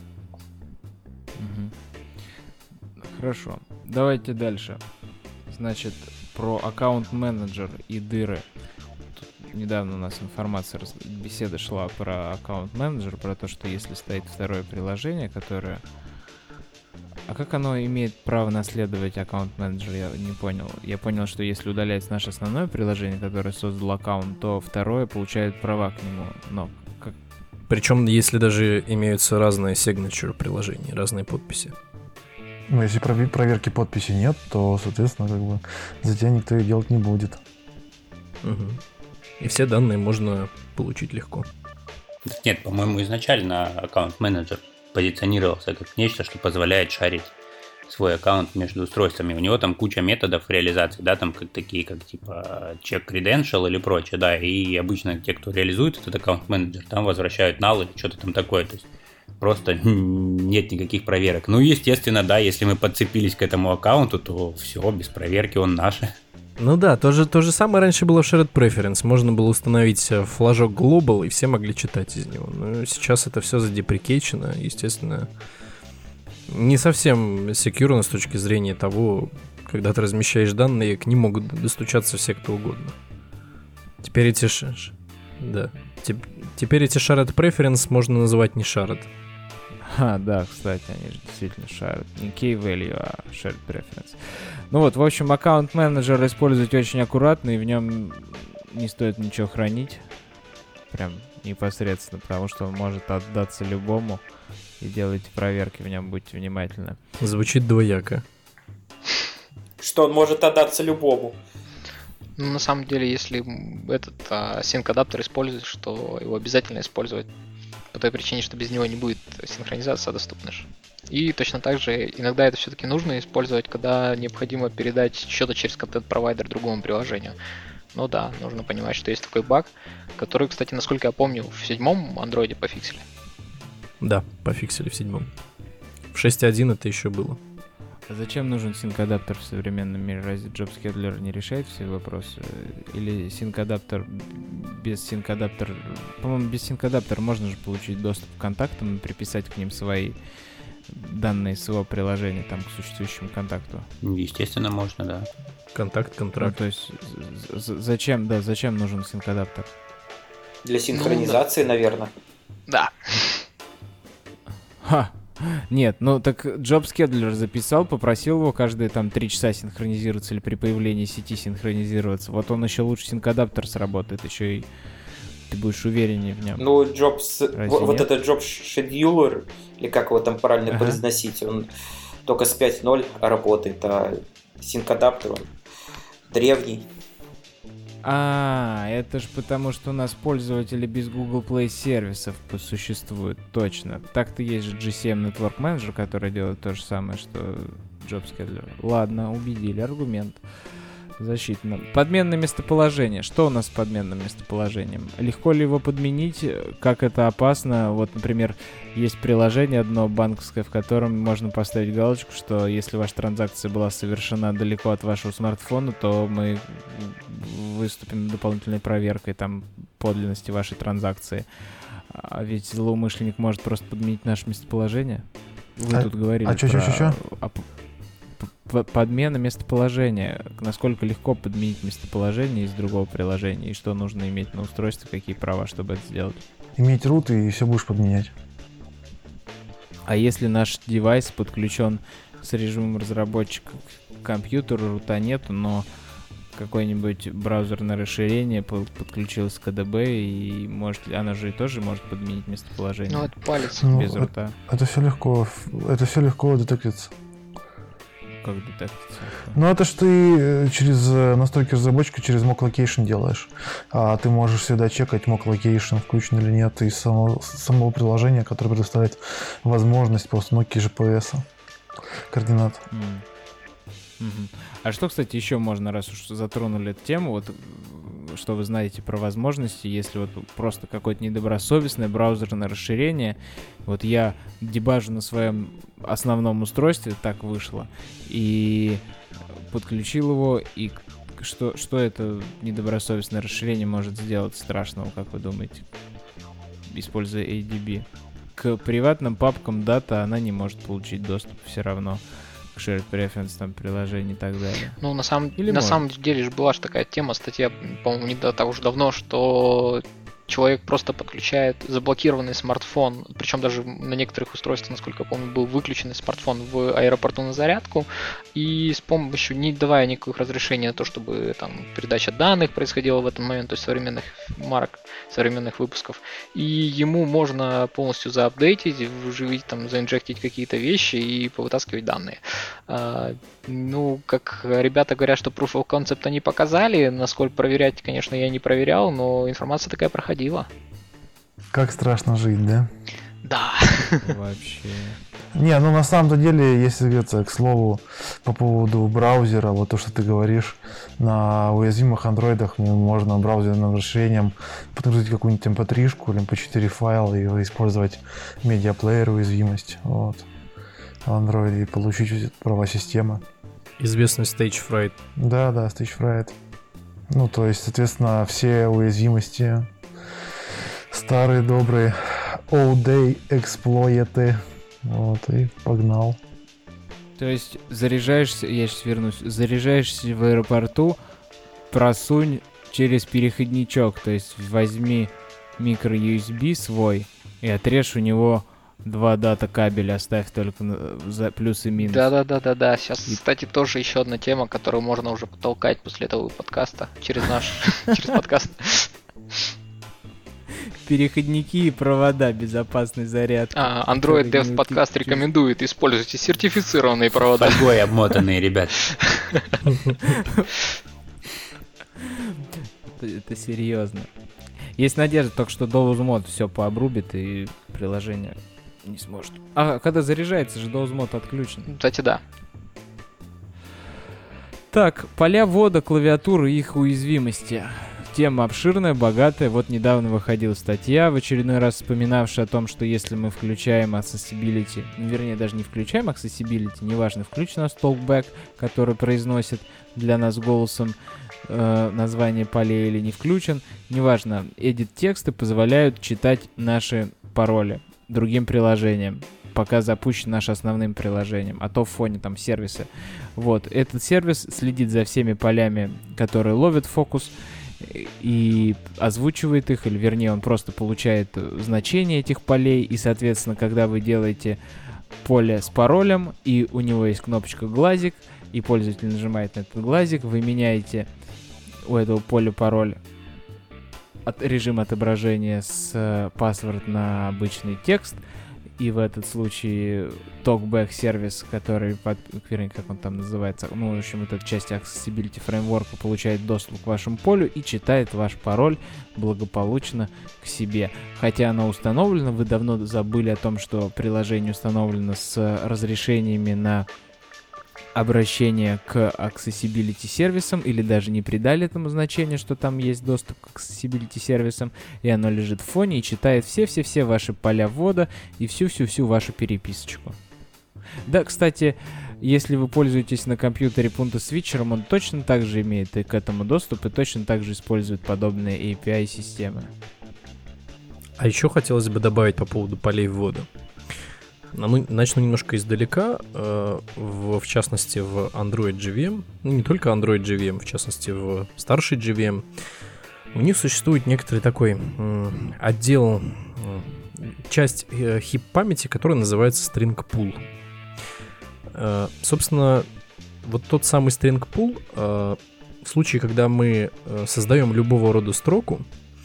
Хорошо. Давайте дальше. Значит, про аккаунт-менеджер и дыры. Тут недавно у нас информация, беседа шла про аккаунт-менеджер, про то, что если стоит второе приложение, которое... А как оно имеет право наследовать аккаунт-менеджер, я не понял. Я понял, что если удаляется наше основное приложение, которое создал аккаунт, то второе получает права к нему. Но как... Причем, если даже имеются разные signature приложения, разные подписи. Ну, если проверки подписи нет, то, соответственно, как бы за тебя никто и делать не будет. Угу. И все данные можно получить легко. Нет, по-моему, изначально аккаунт-менеджер позиционировался как нечто, что позволяет шарить свой аккаунт между устройствами. У него там куча методов реализации, да, там как такие, как типа check credential или прочее, да, и обычно те, кто реализует этот аккаунт-менеджер, там возвращают null или что-то там такое, то есть просто нет никаких проверок. Ну, естественно, да, если мы подцепились к этому аккаунту, то все, без проверки он наш. Ну да, то же, то же самое раньше было в Shared Preference. Можно было установить флажок Global, и все могли читать из него. Но сейчас это все задеприкейчено, естественно. Не совсем секьюрно с точки зрения того, когда ты размещаешь данные, к ним могут достучаться все, кто угодно. Теперь эти... Ш... Да. Теперь эти Shared Preference можно называть не Shared. А, да, кстати, они же действительно shared. Не key-value, а shared preference. Ну вот, в общем, аккаунт-менеджер использовать очень аккуратно, и в нем не стоит ничего хранить. Прям непосредственно, потому что он может отдаться любому. И делайте проверки в нем, будьте внимательны. Звучит двояко. Что он может отдаться любому. Ну, на самом деле, если этот а, синк-адаптер используешь, то его обязательно использовать. По той причине, что без него не будет синхронизация доступна. И точно так же иногда это все-таки нужно использовать, когда необходимо передать что-то через контент-провайдер другому приложению. Ну да, нужно понимать, что есть такой баг, который, кстати, насколько я помню, в седьмом андроиде пофиксили. Да, пофиксили в седьмом. В шесть точка один это еще было. А зачем нужен синк-адаптер в современном мире? Разве JobScheduler не решает все вопросы? Или синк-адаптер без синк-адаптера... По-моему, без синк-адаптера можно же получить доступ к контактам и приписать к ним свои данные своего приложения там, к существующему контакту. Естественно, можно, да. Контакт, контракт. Ну, то есть зачем, да, зачем нужен синк-адаптер? Для синхронизации, ну, да. наверное. Да. Ха! Нет, ну так JobScheduler записал, попросил его каждые там три часа синхронизироваться или при появлении сети синхронизироваться. Вот он еще лучше синк-адаптер сработает, еще и ты будешь увереннее в нем. Ну, Jobs, вот, вот этот Job Scheduler, или как его там правильно ага. произносить, он только с пять ноль работает, а синк-адаптер он древний. А, это ж потому, что у нас пользователи без Google Play сервисов существуют, точно. Так-то есть же джи си эм Network Manager, который делает то же самое, что JobScheduler. Ладно, убедили, аргумент. Защитно. Подменное местоположение. Что у нас с подменным местоположением? Легко ли его подменить? Как это опасно? Вот, например, есть приложение одно банковское, в котором можно поставить галочку, что если ваша транзакция была совершена далеко от вашего смартфона, то мы выступим дополнительной проверкой там подлинности вашей транзакции. А ведь злоумышленник может просто подменить наше местоположение. Вы а, тут говорили а про... чё, чё, чё? Подмена местоположения. Насколько легко подменить местоположение из другого приложения, и что нужно иметь на устройстве, какие права, чтобы это сделать. Иметь рут, и все будешь подменять. А если наш девайс подключен с режимом разработчика к компьютеру, рута нету, но какое-нибудь браузерное расширение подключилось к эй ди би, и может, она же и тоже может подменить местоположение. Ну, это палец. Ну, без это, рута. Это все легко. Это все легко детектится. Как детектится? Ну, это ж ты через настройки разработчика через mock location делаешь. А ты можешь всегда чекать mock location, включен или нет, из самого, самого приложения, которое предоставляет возможность по установке джи пи эс координат. Mm. Угу. А что, кстати, еще можно, раз уж затронули эту тему, вот что вы знаете про возможности, если вот просто какое-то недобросовестное браузерное расширение, вот я дебажу на своем основном устройстве, так вышло, и подключил его, и что, что это недобросовестное расширение может сделать страшного, как вы думаете, используя эй ди би? К приватным папкам дата она не может получить доступ все равно. К shared preference, там, приложений и так далее. Ну, на самом, Или на может? самом деле же была же такая тема, статья, по-моему, не так уж давно, что человек просто подключает заблокированный смартфон, причем даже на некоторых устройствах, насколько я помню, был выключенный смартфон в аэропорту на зарядку, и с помощью, не давая никаких разрешений на то, чтобы там передача данных происходила в этот момент, то есть современных марок, современных выпусков, и ему можно полностью заапдейтить, вживить, там, заинжектить какие-то вещи и повытаскивать данные. А, ну, как ребята говорят, что proof of concept они показали, насколько проверять, конечно, я не проверял, но информация такая проходила. Как страшно жить, да? Да. Вообще. Не, ну на самом-то деле, если говорится, к слову, по поводу браузера, вот то, что ты говоришь, на уязвимых андроидах можно браузерным расширением подгрузить какую-нибудь эм пэ три-шку или эм пэ четыре файл и использовать медиаплеер уязвимость вот, в андроиде и получить права системы. Известный stage fright. Да, да, stage fright. Ну, то есть, соответственно, все уязвимости, старые добрые all-day эксплойты, вот, и погнал. То есть заряжаешься, я сейчас вернусь, заряжаешься в аэропорту, просунь через переходничок, то есть возьми микро-ю эс би свой и отрежь у него два дата кабеля, оставь только на, за плюс и минус. Да-да-да-да-да. Сейчас, и... кстати, тоже еще одна тема, которую можно уже потолкать после этого подкаста, через наш, через подкаст. Переходники и провода, безопасный заряд. А, Android Dev Podcast рекомендует использовать сертифицированные провода. Фольгой обмотанные, ребят. Это серьезно. Есть надежда только, что DOWSMod все пообрубит и приложение не сможет. А когда заряжается же, DOWSMod отключен. Кстати, да. Так, поля ввода, клавиатуры и их уязвимости. Тема обширная, богатая. Вот недавно выходила статья, в очередной раз вспоминавшая о том, что если мы включаем accessibility, ну, вернее, даже не включаем accessibility, неважно, включен у нас talkback, который произносит для нас голосом э, название полей или не включен, неважно, edit тексты позволяют читать наши пароли другим приложениям, пока запущен наш основным приложением, а то в фоне там сервисы. Вот, этот сервис следит за всеми полями, которые ловят фокус, и озвучивает их, или вернее он просто получает значение этих полей, и соответственно, когда вы делаете поле с паролем, и у него есть кнопочка глазик, и пользователь нажимает на этот глазик, вы меняете у этого поля пароль от режим отображения с паспорт на обычный текст, и в этот случай TalkBack сервис, который, под, вернее, как он там называется, ну, в общем, эта часть Accessibility фреймворка получает доступ к вашему полю и читает ваш пароль благополучно к себе. Хотя оно установлено, вы давно забыли о том, что приложение установлено с разрешениями на обращение к accessibility сервисам, или даже не придали этому значения, что там есть доступ к accessibility сервисам, и оно лежит в фоне и читает все-все-все ваши поля ввода и всю-всю-всю вашу переписочку. Да, кстати, если вы пользуетесь на компьютере Punto Switcher, он точно так же имеет и к этому доступ, и точно так же использует подобные эй пи ай-системы. А еще хотелось бы добавить по поводу полей ввода. Начну немножко издалека, в, в частности в Android джей ви эм, ну не только Android джей ви эм, в частности в старший джей ви эм, у них существует некоторый такой м, отдел, м, часть э, хип-памяти, которая называется string pool. Э, собственно, вот тот самый string pool, э, в случае, когда мы э, создаем любого рода строку,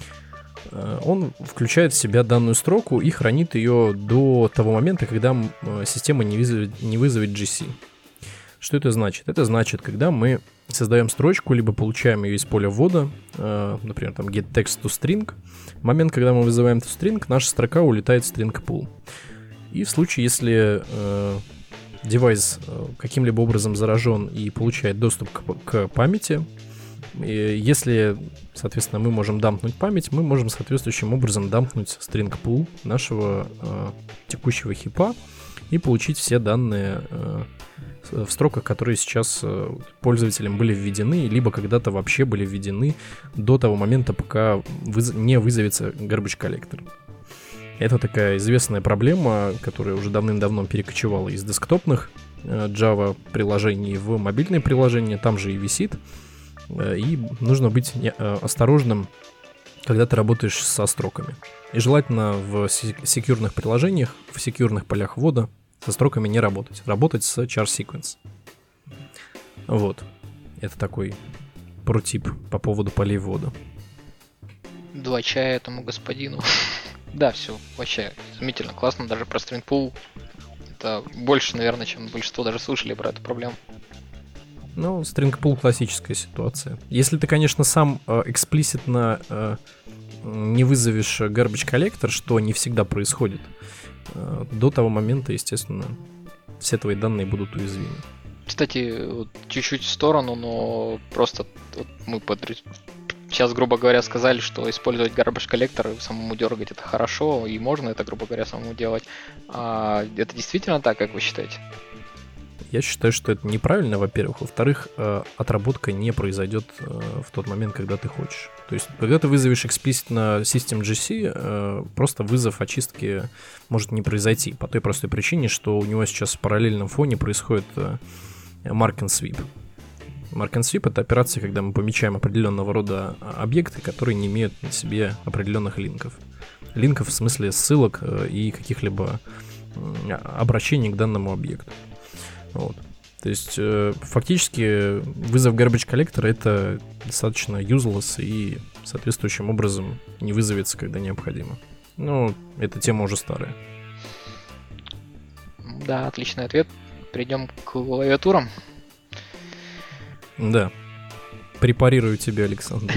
он включает в себя данную строку и хранит ее до того момента, когда система не вызовет, не вызовет джи си. Что это значит? Это значит, когда мы создаем строчку, либо получаем ее из поля ввода, например, там getText-toString, в момент, когда мы вызываем toString, наша строка улетает в string pool. И в случае, если девайс каким-либо образом заражен и получает доступ к, к памяти, и если, соответственно, мы можем дампнуть память, мы можем соответствующим образом дампнуть string pool нашего э, текущего хипа и получить все данные э, в строках, которые сейчас э, пользователям были введены, либо когда-то вообще были введены до того момента, пока выз- не вызовется garbage collector. Это такая известная проблема, которая уже давным-давно перекочевала из десктопных э, Java приложений в мобильные приложения, там же и висит. И нужно быть осторожным, когда ты работаешь со строками. И желательно в секьюрных приложениях, в секьюрных полях ввода со строками не работать. Работать с char sequence. Вот. Это такой про-тип по поводу полей ввода. Два чая этому господину. Да, все, вообще изумительно, классно, даже про string pool. Это больше, наверное, чем большинство даже слышали про эту проблему. Ну, string pool классическая ситуация. Если ты, конечно, сам э, эксплиситно э, не вызовешь garbage collector, что не всегда происходит, э, до того момента, естественно, все твои данные будут уязвимы. Кстати, вот чуть-чуть в сторону, но просто вот мы под... сейчас, грубо говоря, сказали, что использовать garbage collector, самому дергать это хорошо, и можно это, грубо говоря, самому делать. А это действительно так, как вы считаете? Я считаю, что это неправильно, во-первых. Во-вторых, отработка не произойдет в тот момент, когда ты хочешь. То есть, когда ты вызовешь эксплиситно systemgc, просто вызов очистки может не произойти. По той простой причине, что у него сейчас в параллельном фоне происходит mark and sweep. Mark and sweep — это операция, когда мы помечаем определенного рода объекты, которые не имеют на себе определенных линков. Линков в смысле ссылок и каких-либо обращений к данному объекту. Вот. То есть, э, фактически, вызов garbage collector — это достаточно useless и соответствующим образом не вызовется, когда необходимо. Ну, эта тема уже старая. Да, отличный ответ. Перейдем к клавиатурам. Да. Препарирую тебя, Александр.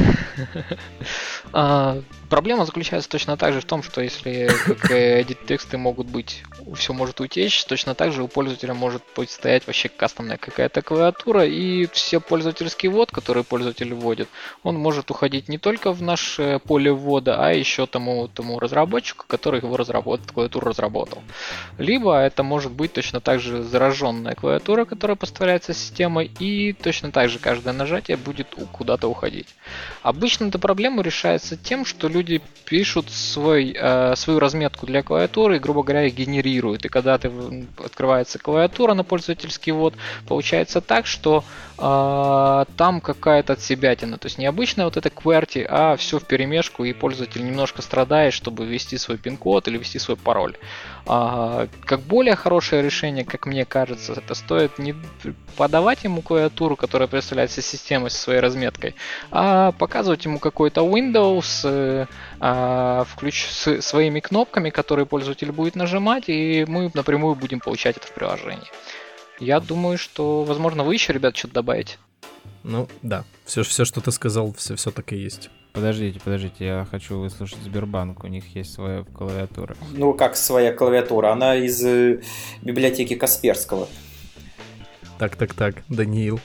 А, проблема заключается точно так же в том, что если как edit тексты могут быть, все может утечь, точно так же у пользователя может быть стоять вообще кастомная какая-то клавиатура, и все пользовательский ввод, который пользователь вводит, он может уходить не только в наше поле ввода, а еще тому, тому разработчику, который его разработал, клавиатуру разработал. Либо это может быть точно так же зараженная клавиатура, которая поставляется системой, и точно так же каждое нажатие будет куда-то уходить. Обычно эта проблема решается тем, что люди пишут свой, э, свою разметку для клавиатуры и, грубо говоря, генерируют. И когда ты, открывается клавиатура на пользовательский ввод, получается так, что э, там какая-то отсебятина. То есть не обычная вот эта QWERTY, а все вперемешку, и пользователь немножко страдает, чтобы ввести свой пин-код или ввести свой пароль. А, как более хорошее решение, как мне кажется, это стоит не подавать ему клавиатуру, которая представляется системой со своей разметкой, а показывать ему какой-то Windows э, э, включ, с своими кнопками, которые пользователь будет нажимать, и мы напрямую будем получать это в приложении. Я думаю, что, возможно, вы еще, ребят, что-то добавите. Ну, да. Все, все что ты сказал, все, все так и есть. Подождите, подождите, я хочу выслушать Сбербанк, у них есть своя клавиатура. Ну, как своя клавиатура? Она из э, библиотеки Касперского. Так, так, так, Даниил.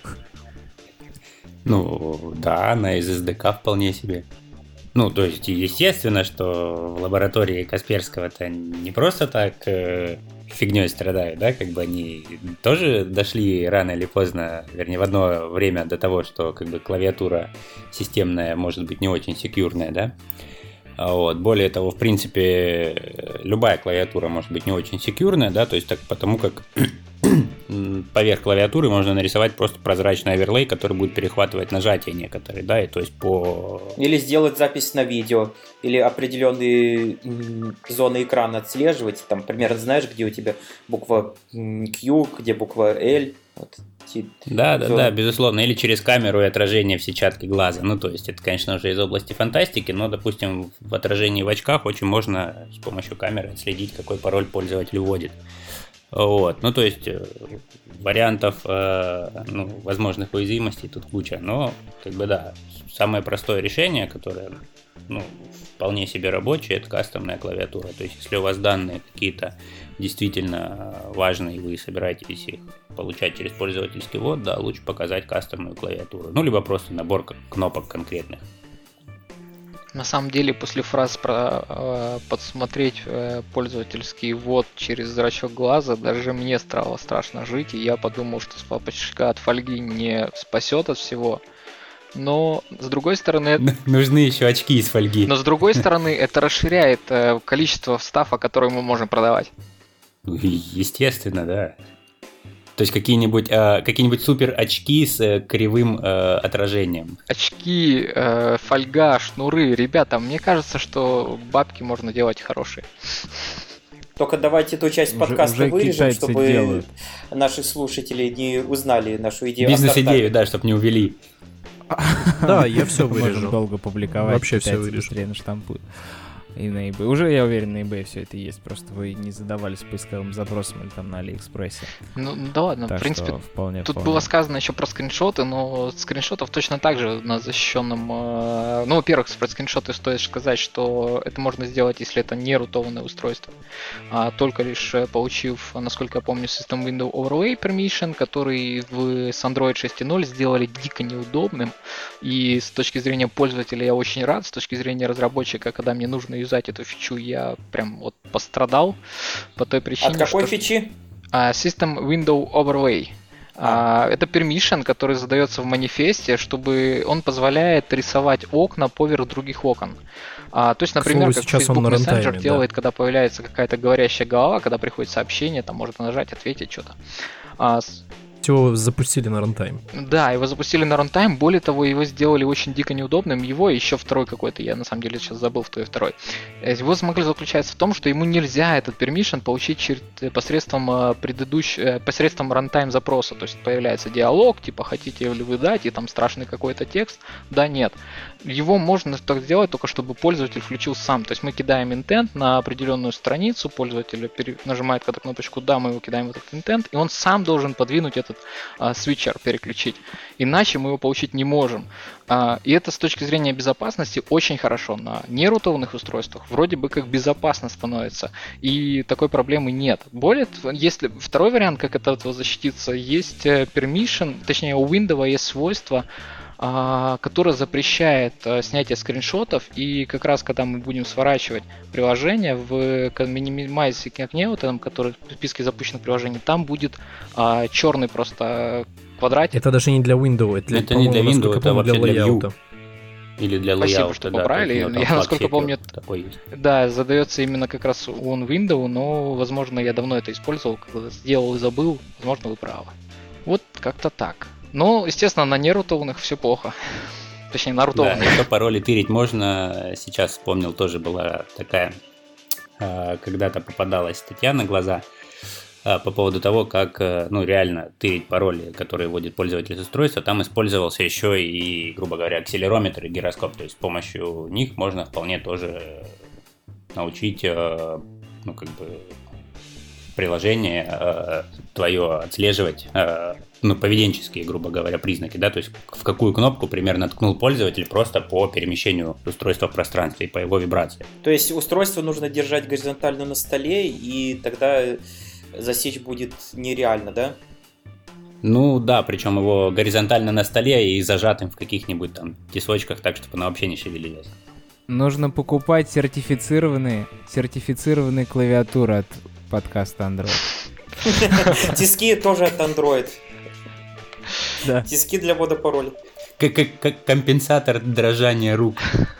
Ну, да, она из эс ди кей вполне себе. Ну, то есть, естественно, что в лаборатории Касперского-то не просто так э, фигней страдают, да, как бы они тоже дошли рано или поздно, вернее, в одно время до того, что как бы клавиатура системная может быть не очень секьюрная, да. Вот. Более того, в принципе, любая клавиатура может быть не очень секьюрная, да, то есть так потому как поверх клавиатуры можно нарисовать просто прозрачный оверлей, который будет перехватывать нажатия некоторые, да, и то есть по... Или сделать запись на видео, или определенные зоны экрана отслеживать, там, примерно знаешь, где у тебя буква Q, где буква L, вот. Да, да, да, безусловно, или через камеру и отражение в сетчатке глаза, ну, то есть это, конечно, уже из области фантастики, но, допустим, в отражении в очках очень можно с помощью камеры отследить, какой пароль пользователь вводит. Вот. Ну, то есть, вариантов, ну, возможных уязвимостей тут куча. Но, как бы, да, самое простое решение, которое, ну, вполне себе рабочее, это кастомная клавиатура. То есть, если у вас данные какие-то действительно важные, и вы собираетесь их получать через пользовательский ввод, да, лучше показать кастомную клавиатуру. Ну, либо просто набор кнопок конкретных. На самом деле, после фраз про э, подсмотреть э, пользовательский ввод через зрачок глаза, даже мне стало страшно жить, и я подумал, что папочка от фольги не спасет от всего. Но, с другой стороны... Нужны еще очки из фольги. Но, с другой стороны, это расширяет э, количество стафа, который мы можем продавать. Естественно, да. То есть какие-нибудь, э, какие-нибудь супер очки с э, кривым э, отражением. Очки, э, фольга, шнуры. Ребята, мне кажется, что бабки можно делать хорошие. Только давайте эту часть Уже- подкаста уже вырежем, китайцы чтобы делают. наши слушатели не узнали нашу идею. о Бизнес-идею, стартапе. да, чтобы не увели. Да, я все Можем вырежу. долго публиковать. Вообще всё китайцы вырежу. быстрее наштампуют. И на eBay. Уже, я уверен, на eBay все это есть. Просто вы не задавались поисковым запросом или там на Алиэкспрессе. Ну, ну да ладно, Так в принципе, что вполне, тут вполне. было сказано еще про скриншоты, но скриншотов точно так же на защищенном... э, Ну, во-первых, про скриншоты стоит сказать, что это можно сделать, если это не рутованное устройство, а только лишь э, получив, насколько я помню, System Window Overlay Permission, который в, с Android шесть ноль сделали дико неудобным. И с точки зрения пользователя я очень рад, с точки зрения разработчика, когда мне нужно юзать эту фичу, я прям вот пострадал по той причине, От какой что... фичи? А, System Window Overlay. А, это permission, который задается в манифесте, чтобы он позволяет рисовать окна поверх других окон. А, то есть, например, слову, как сейчас он Facebook на Messenger рантайме, делает, да. когда появляется какая-то говорящая голова, когда приходит сообщение, там можно нажать, ответить что-то. А, с- Его запустили на рантайм. да, его запустили на рантайм, более того, его сделали очень дико неудобным, его и еще второй какой-то, я на самом деле сейчас забыл, кто и второй. Э, Его смысл заключается в том, что ему нельзя этот permission получить через, э, посредством э, предыдущ... э, посредством рантайм запроса, то есть появляется диалог, типа хотите ли вы дать, и там страшный какой-то текст, да, нет. Его можно так сделать, только чтобы пользователь включил сам, то есть мы кидаем intent на определенную страницу, пользователь пере... нажимает когда кнопочку да, мы его кидаем в этот intent, и он сам должен подвинуть этот а, свитчер, переключить. Иначе мы его получить не можем. А, и это с точки зрения безопасности очень хорошо. На нерутованных устройствах вроде бы как безопасно становится. И такой проблемы нет. Более того, если второй вариант, как от этого защититься, есть э, permission, точнее у Windows есть свойство, а, которое запрещает а, снятие скриншотов, и как раз когда мы будем сворачивать приложение в минимайзе окне, вот этом, который в списке запущенных приложений, там будет а, черный просто квадратик. Это даже не для Windows, это, для, Это не для по-моему, Windows, насколько это помню, вообще для View. лейаута. Или для Спасибо, лейаута, что да, поправили. то есть у него Я, там насколько флагшип помню, такой есть. Да, задается именно как раз он Windows, но, возможно, я давно это использовал, когда сделал и забыл, возможно, вы правы. Вот как-то так. Но, естественно, на нерутованных все плохо. Точнее, на Да, рутованных. еще пароли тырить можно. Сейчас вспомнил, тоже была такая, э, когда-то попадалась статья на глаза э, по поводу того, как, э, ну, реально тырить пароли, которые вводит пользователь с устройства. Там использовался еще и, грубо говоря, акселерометр и гироскоп. То есть с помощью них можно вполне тоже научить, э, ну, как бы, приложение э, твое отслеживать, э, ну, поведенческие, грубо говоря, признаки, да, то есть в какую кнопку примерно ткнул пользователь просто по перемещению устройства в пространстве и по его вибрации. То есть устройство нужно держать горизонтально на столе, и тогда засечь будет нереально, да? Ну да, причем его горизонтально на столе и зажатым в каких-нибудь там тесочках, так, чтобы оно вообще не шевелилось. Нужно покупать сертифицированные, сертифицированные клавиатуры от подкаста Android. Тиски тоже от Android. Да. Тиски для ввода паролей. Как, как, как компенсатор дрожания рук.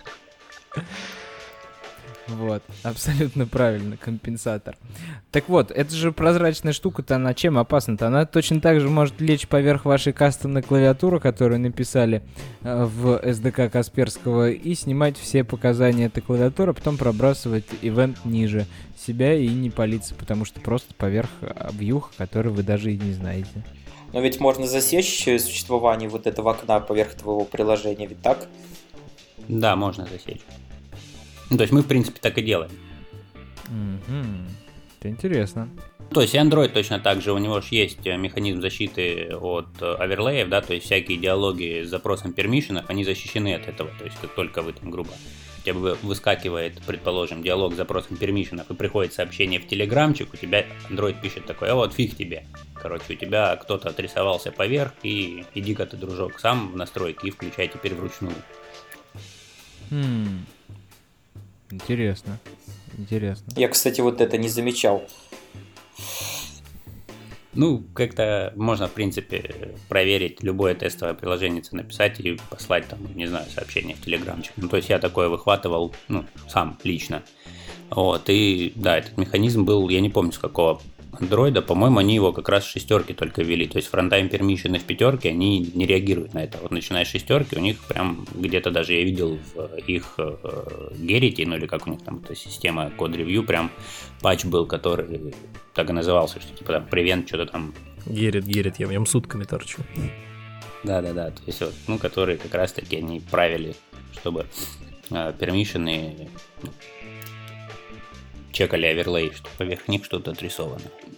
Вот, абсолютно правильно, компенсатор. Так вот, это же прозрачная штука-то, она чем опасна-то? Она точно так же может лечь поверх вашей кастомной клавиатуры, которую написали э, в эс ди кей Касперского, и снимать все показания этой клавиатуры, а потом пробрасывать ивент ниже себя и не палиться, потому что просто поверх вьюха, который вы даже и не знаете. Но ведь можно засечь существование вот этого окна поверх твоего приложения, ведь так? Да, можно засечь. Ну, то есть мы, в принципе, так и делаем. Угу. Это интересно. То есть и Android точно так же, у него же есть механизм защиты от оверлеев, да, то есть всякие диалоги с запросом пермишенов, они защищены от этого, то есть как только вы там, грубо, у тебя выскакивает, предположим, диалог с запросом пермишенов и приходит сообщение в телеграмчик, у тебя Android пишет такое, а вот фиг тебе, короче, у тебя кто-то отрисовался поверх, и иди-ка ты, дружок, сам в настройки и включай теперь вручную. Хм. Интересно, интересно. Я, кстати, вот это не замечал. Ну, как-то можно, в принципе, проверить любое тестовое приложение, написать и послать там, не знаю, сообщение в телеграмчик. Ну, то есть я такое выхватывал, ну, сам лично. Вот, и да, этот механизм был, я не помню с какого андроида, по-моему, они его как раз с шестерки только ввели. То есть фронтайм пермишины в пятерке, они не реагируют на это. Вот начиная с шестерки, у них прям где-то даже я видел в их Gerrit, ну или как у них там эта система код-ревью, прям патч был, который так и назывался, что типа там prevent что-то там. Gerrit, Gerrit, я в нем сутками торчу. Да-да-да, то есть вот, ну, которые как раз-таки они правили, чтобы э, пермишины ну, чекали оверлей, что поверх них что-то отрисовано.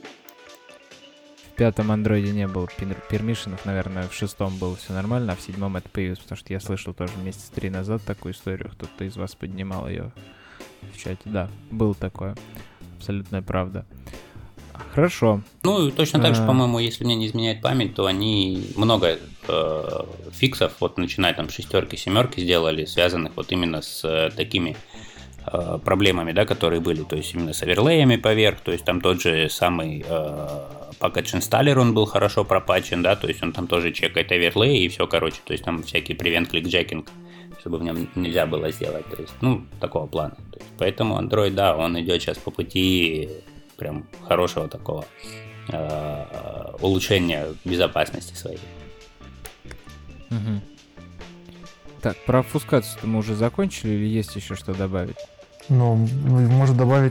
В пятом андроиде не было пермишенов, наверное, в шестом было все нормально, а в седьмом это появилось, потому что я слышал тоже месяц три назад такую историю, кто-то из вас поднимал ее в чате. Да, было такое. Абсолютная правда. Хорошо. Ну, точно так же, А... по-моему, если мне не изменяет память, то они много э, фиксов, вот начиная там с шестерки, семерки сделали, связанных вот именно с э, такими э, проблемами, да, которые были, то есть именно с оверлеями поверх, то есть там тот же самый э, package installer, он был хорошо пропатчен, да, то есть он там тоже чекает оверлей и все, короче, то есть там всякий prevent clickjacking, чтобы в нем нельзя было сделать, то есть, ну, такого плана. То есть, поэтому Android, да, он идет сейчас по пути прям хорошего такого э, улучшения безопасности своей. Угу. Так, про обфускацию мы уже закончили или есть еще что добавить? Ну, может добавить...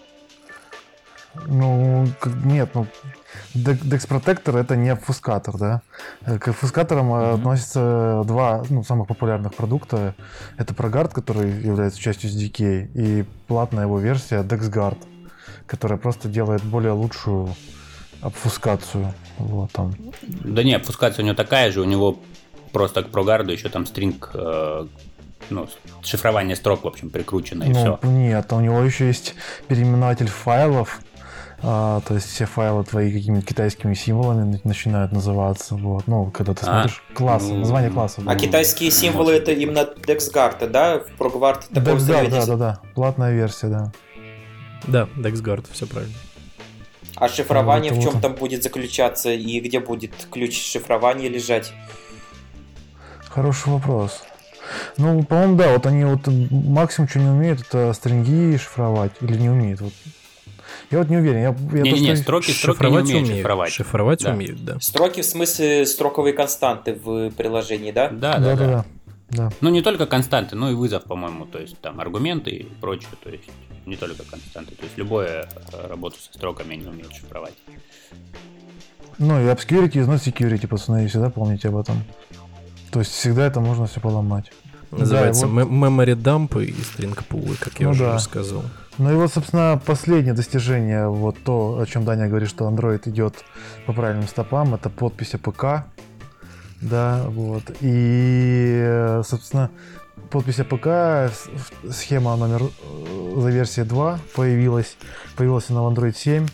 Ну, нет, ну, Dex Protector это не обфускатор, да? К обфускаторам mm-hmm. относятся два ну, самых популярных продукта. Это ProGuard, который является частью эс ди кей, и платная его версия DexGuard, которая просто делает более лучшую обфускацию. Вот, там. Да не, обфускация у него такая же, у него просто к ProGuard еще там стринг, э, ну, шифрование строк, в общем, прикручено, и ну, все. Нет, у него еще есть переименователь файлов, а, то есть все файлы твои какими-то китайскими символами начинают называться. Вот. Ну, когда ты смотришь а, классы, ну, название класса. А китайские символы это именно DexGuard, да? В ProGuard такое DexGuard, да, да, да. Платная версия, да. Да, DexGuard, все правильно. А шифрование ну, в чем вот. там будет заключаться и где будет ключ шифрования лежать? Хороший вопрос. Ну, по-моему, да, вот они вот максимум, что не умеют, это стринги шифровать или не умеют. Вот. Я вот не уверен. Я, я не, то, не, не, что... строки, строки шифровать не умеют умеют. шифровать. Шифровать да. умеют, да. Строки в смысле строковые константы в приложении, да? Да, да, да. да. да. Да. Ну, не только константы, но и вызов, по-моему, то есть там аргументы и прочее, то есть не только константы, то есть любое работу со строками они умеют шифровать. Ну, и obscurity is not security, пацаны, всегда помните об этом. То есть всегда это можно все поломать. Называется да, вот... memory dump и string pool, как я ну, уже да. рассказывал. Ну и вот, собственно, последнее достижение, вот то, о чем Даня говорит, что Android идет по правильным стопам, это подпись АПК. Да, вот. И, собственно, подпись АПК, схема номер за версией два появилась. Появилась она в Android семь.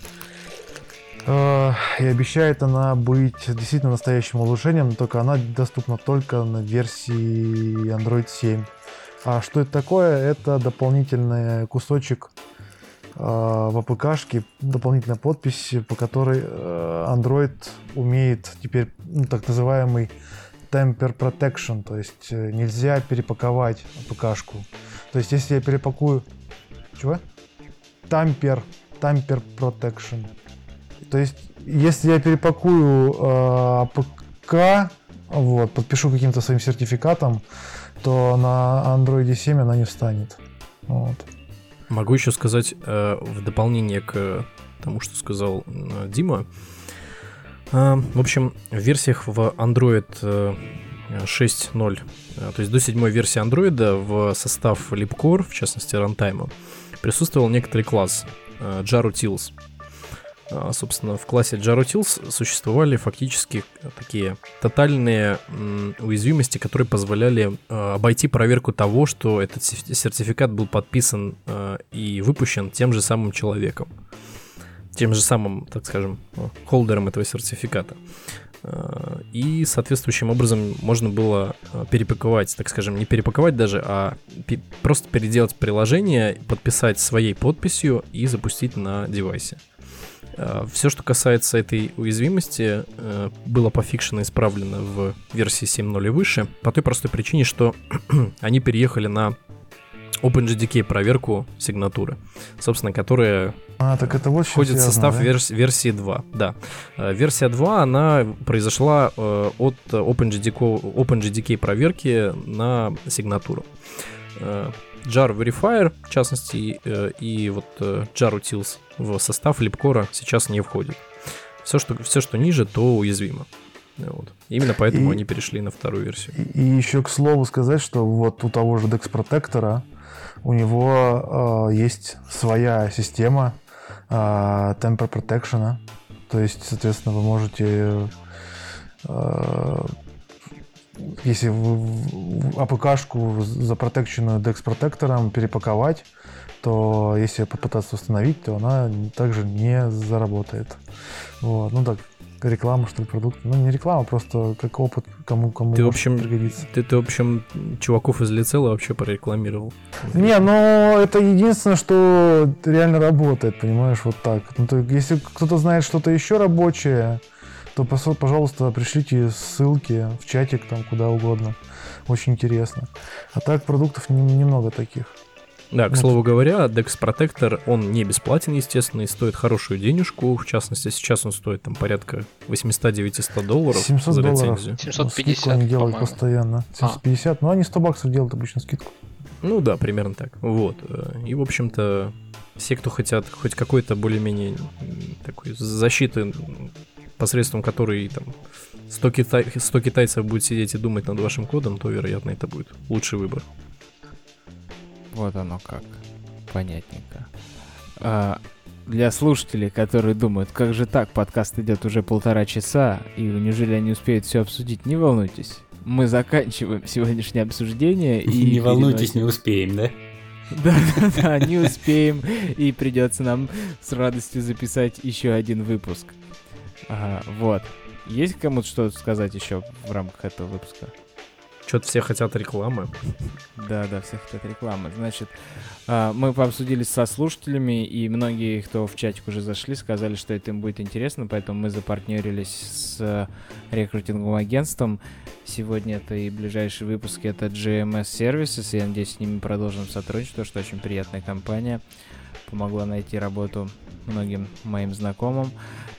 И обещает она быть действительно настоящим улучшением, но только она доступна только на версии Android семь. А что это такое? Это дополнительный кусочек э, в АПКшке, дополнительная подпись, по которой э, Android умеет теперь ну, так называемый Tamper Protection, то есть э, нельзя перепаковать АПКшку. То есть если я перепакую... Чего? Tamper, Tamper Protection. То есть если я перепакую э, АПК, вот, подпишу каким-то своим сертификатом, то на Android семь она не встанет. Вот. Могу еще сказать э, в дополнение к тому, что сказал э, Дима. Э, в общем, в версиях в Android э, шесть ноль, э, то есть до седьмой версии Android в состав LibCore, в частности Runtime, присутствовал некоторый класс э, JarUtils. А, собственно, в классе JaRoutils существовали фактически такие тотальные м, уязвимости, которые позволяли э, обойти проверку того, что этот сертификат был подписан э, и выпущен тем же самым человеком, тем же самым, так скажем, холдером этого сертификата. И соответствующим образом можно было перепаковать, так скажем, не перепаковать даже, а пи- просто переделать приложение, подписать своей подписью и запустить на девайсе. Все, что касается этой уязвимости, было пофикшено и исправлено в версии семь точка ноль и выше, по той простой причине, что они переехали на OpenJDK проверку сигнатуры, собственно, которая А, так это вот входит в состав да? верс- версии два. Да. Э, версия два, она произошла э, от OpenJDK, OpenJDK проверки на сигнатуру. Э, jar Verifier, в частности, э, и вот э, JaRoutils в состав либкора сейчас не входит. Все, что, все, что ниже, то уязвимо. Вот. Именно поэтому и, они перешли на вторую версию. И, и еще к слову сказать, что вот у того же DexProtector у него э, есть своя система э, Temper Protection. То есть, соответственно, вы можете, э, если вы эй пи кашку запротекченную DexProtector перепаковать, то если попытаться установить, то она также не заработает. Вот. Ну так, реклама, что ли, продукт. Ну, не реклама, просто как опыт, кому, кому ты, в общем, пригодится. Ты, ты, в общем, чуваков из Лицела вообще прорекламировал. Не, ну, это единственное, что реально работает, понимаешь, вот так. Ну, то, если кто-то знает что-то еще рабочее, то, пожалуйста, пришлите ссылки в чатик, там, куда угодно. Очень интересно. А так, продуктов не, немного таких. Да, к слову говоря, DexProtector, он не бесплатен, естественно, и стоит хорошую денежку. В частности, сейчас он стоит там порядка восемьсот-девятьсот долларов семьсот за долларов. лицензию. семьсот пятьдесят, скидку они делают по-моему. постоянно. семьсот пятьдесят, а. Ну они сто баксов делают обычно скидку. Ну да, примерно так. Вот. И, в общем-то, все, кто хотят хоть какой-то более-менее такой защиты, посредством которой там сто, китай... сто китайцев будет сидеть и думать над вашим кодом, то, вероятно, это будет лучший выбор. Вот оно как. Понятненько. А, для слушателей, которые думают, как же так, подкаст идет уже полтора часа, и неужели они успеют все обсудить, не волнуйтесь. Мы заканчиваем сегодняшнее обсуждение. И не волнуйтесь, не успеем, да? Да-да-да, не успеем, и придется нам с радостью записать еще один выпуск. Ага, вот. Есть кому-то что-то сказать еще в рамках этого выпуска? Что-то все хотят рекламы. Да, да, все хотят рекламы. Значит, мы пообсудили со слушателями, и многие, кто в чатик уже зашли, сказали, что это им будет интересно, поэтому мы запартнерились с рекрутинговым агентством. Сегодня это и ближайшие выпуски, это джи эм эс Services, и я надеюсь, с ними продолжим сотрудничать, потому что очень приятная компания. Помогла найти работу многим моим знакомым.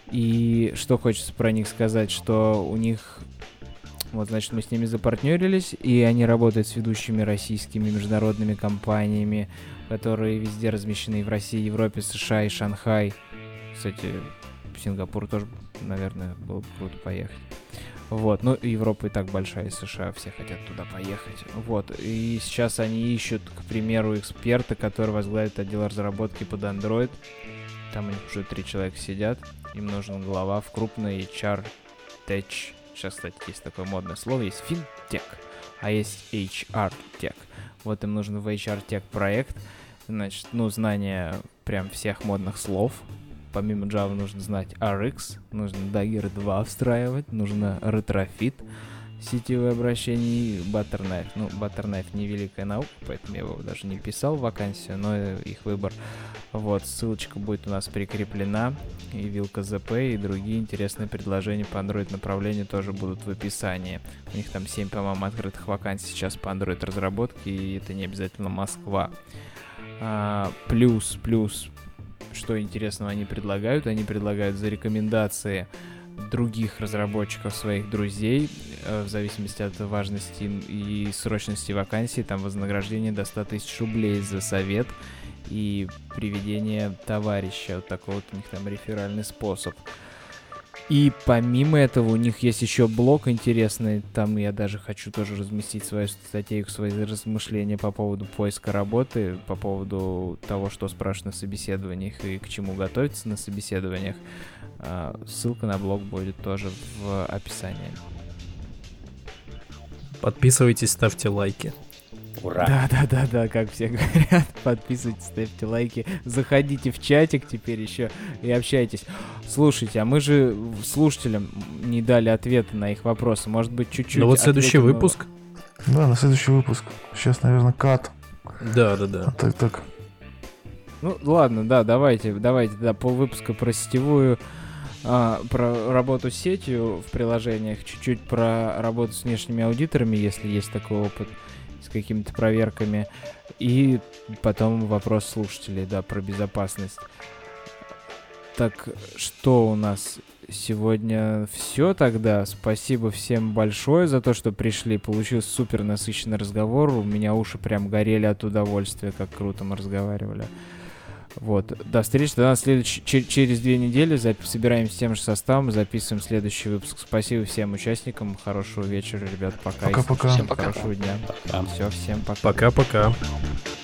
И что хочется про них сказать, что у них... Вот, значит, мы с ними запартнерились, и они работают с ведущими российскими международными компаниями, которые везде размещены, и в России, Европе, США и Шанхай. Кстати, в Сингапур тоже, наверное, было бы круто поехать. Вот, ну, Европа и так большая, и США, все хотят туда поехать. Вот, и сейчас они ищут, к примеру, эксперта, который возглавит отдел разработки под Android. Там у них уже три человека сидят, им нужен глава в крупной эйч ар Tech. Сейчас, кстати, есть такое модное слово, есть финтех, а есть эйч ар Tech. Вот им нужен в эйч ар Tech проект, значит, ну, знание прям всех модных слов. Помимо Java нужно знать ар икс, нужно Dagger два встраивать, нужно Retrofit, сетевые обращения и Butterknife. Ну, Butterknife не великая наука, поэтому я его даже не писал в вакансию, но их выбор. Вот, ссылочка будет у нас прикреплена, и вилка зэ пэ, и другие интересные предложения по Android направлению тоже будут в описании. У них там семь, по-моему, открытых вакансий сейчас по Android разработке, и это не обязательно Москва. А, плюс, плюс, что интересного они предлагают? Они предлагают за рекомендации других разработчиков, своих друзей, в зависимости от важности и срочности вакансии, там вознаграждение до сто тысяч рублей за совет и приведение товарища. Вот такой вот у них там реферальный способ. И помимо этого у них есть еще блог интересный, там я даже хочу тоже разместить свою статейку, свои размышления по поводу поиска работы, по поводу того, что спрашивают на собеседованиях и к чему готовиться на собеседованиях. Ссылка на блог будет тоже в описании. Подписывайтесь, ставьте лайки. Ура! Да-да-да-да, как все говорят, подписывайтесь, ставьте лайки, заходите в чатик теперь еще и общайтесь. Слушайте, а мы же слушателям не дали ответа на их вопросы, может быть, чуть-чуть... Ну вот следующий ответим... выпуск. Да, на следующий выпуск. Сейчас, наверное, кат. Да-да-да. Так, так. Ну, ладно, да, давайте, давайте, да, полвыпуска про сетевую, а, про работу с сетью в приложениях, чуть-чуть про работу с внешними аудиторами, если есть такой опыт, с какими-то проверками, и потом вопрос слушателей, да, про безопасность. Так, что у нас сегодня все тогда? Спасибо всем большое за то, что пришли. Получился супер насыщенный разговор. У меня уши прям горели от удовольствия, как круто мы разговаривали. Вот. До встречи до нас следующий, ч- через две недели. Зап- собираемся с тем же составом, записываем следующий выпуск. Спасибо всем участникам. Хорошего вечера, ребят. Пока. Пока-пока. Всем пока. Хорошего дня. Пока. Все, всем пока. Пока-пока.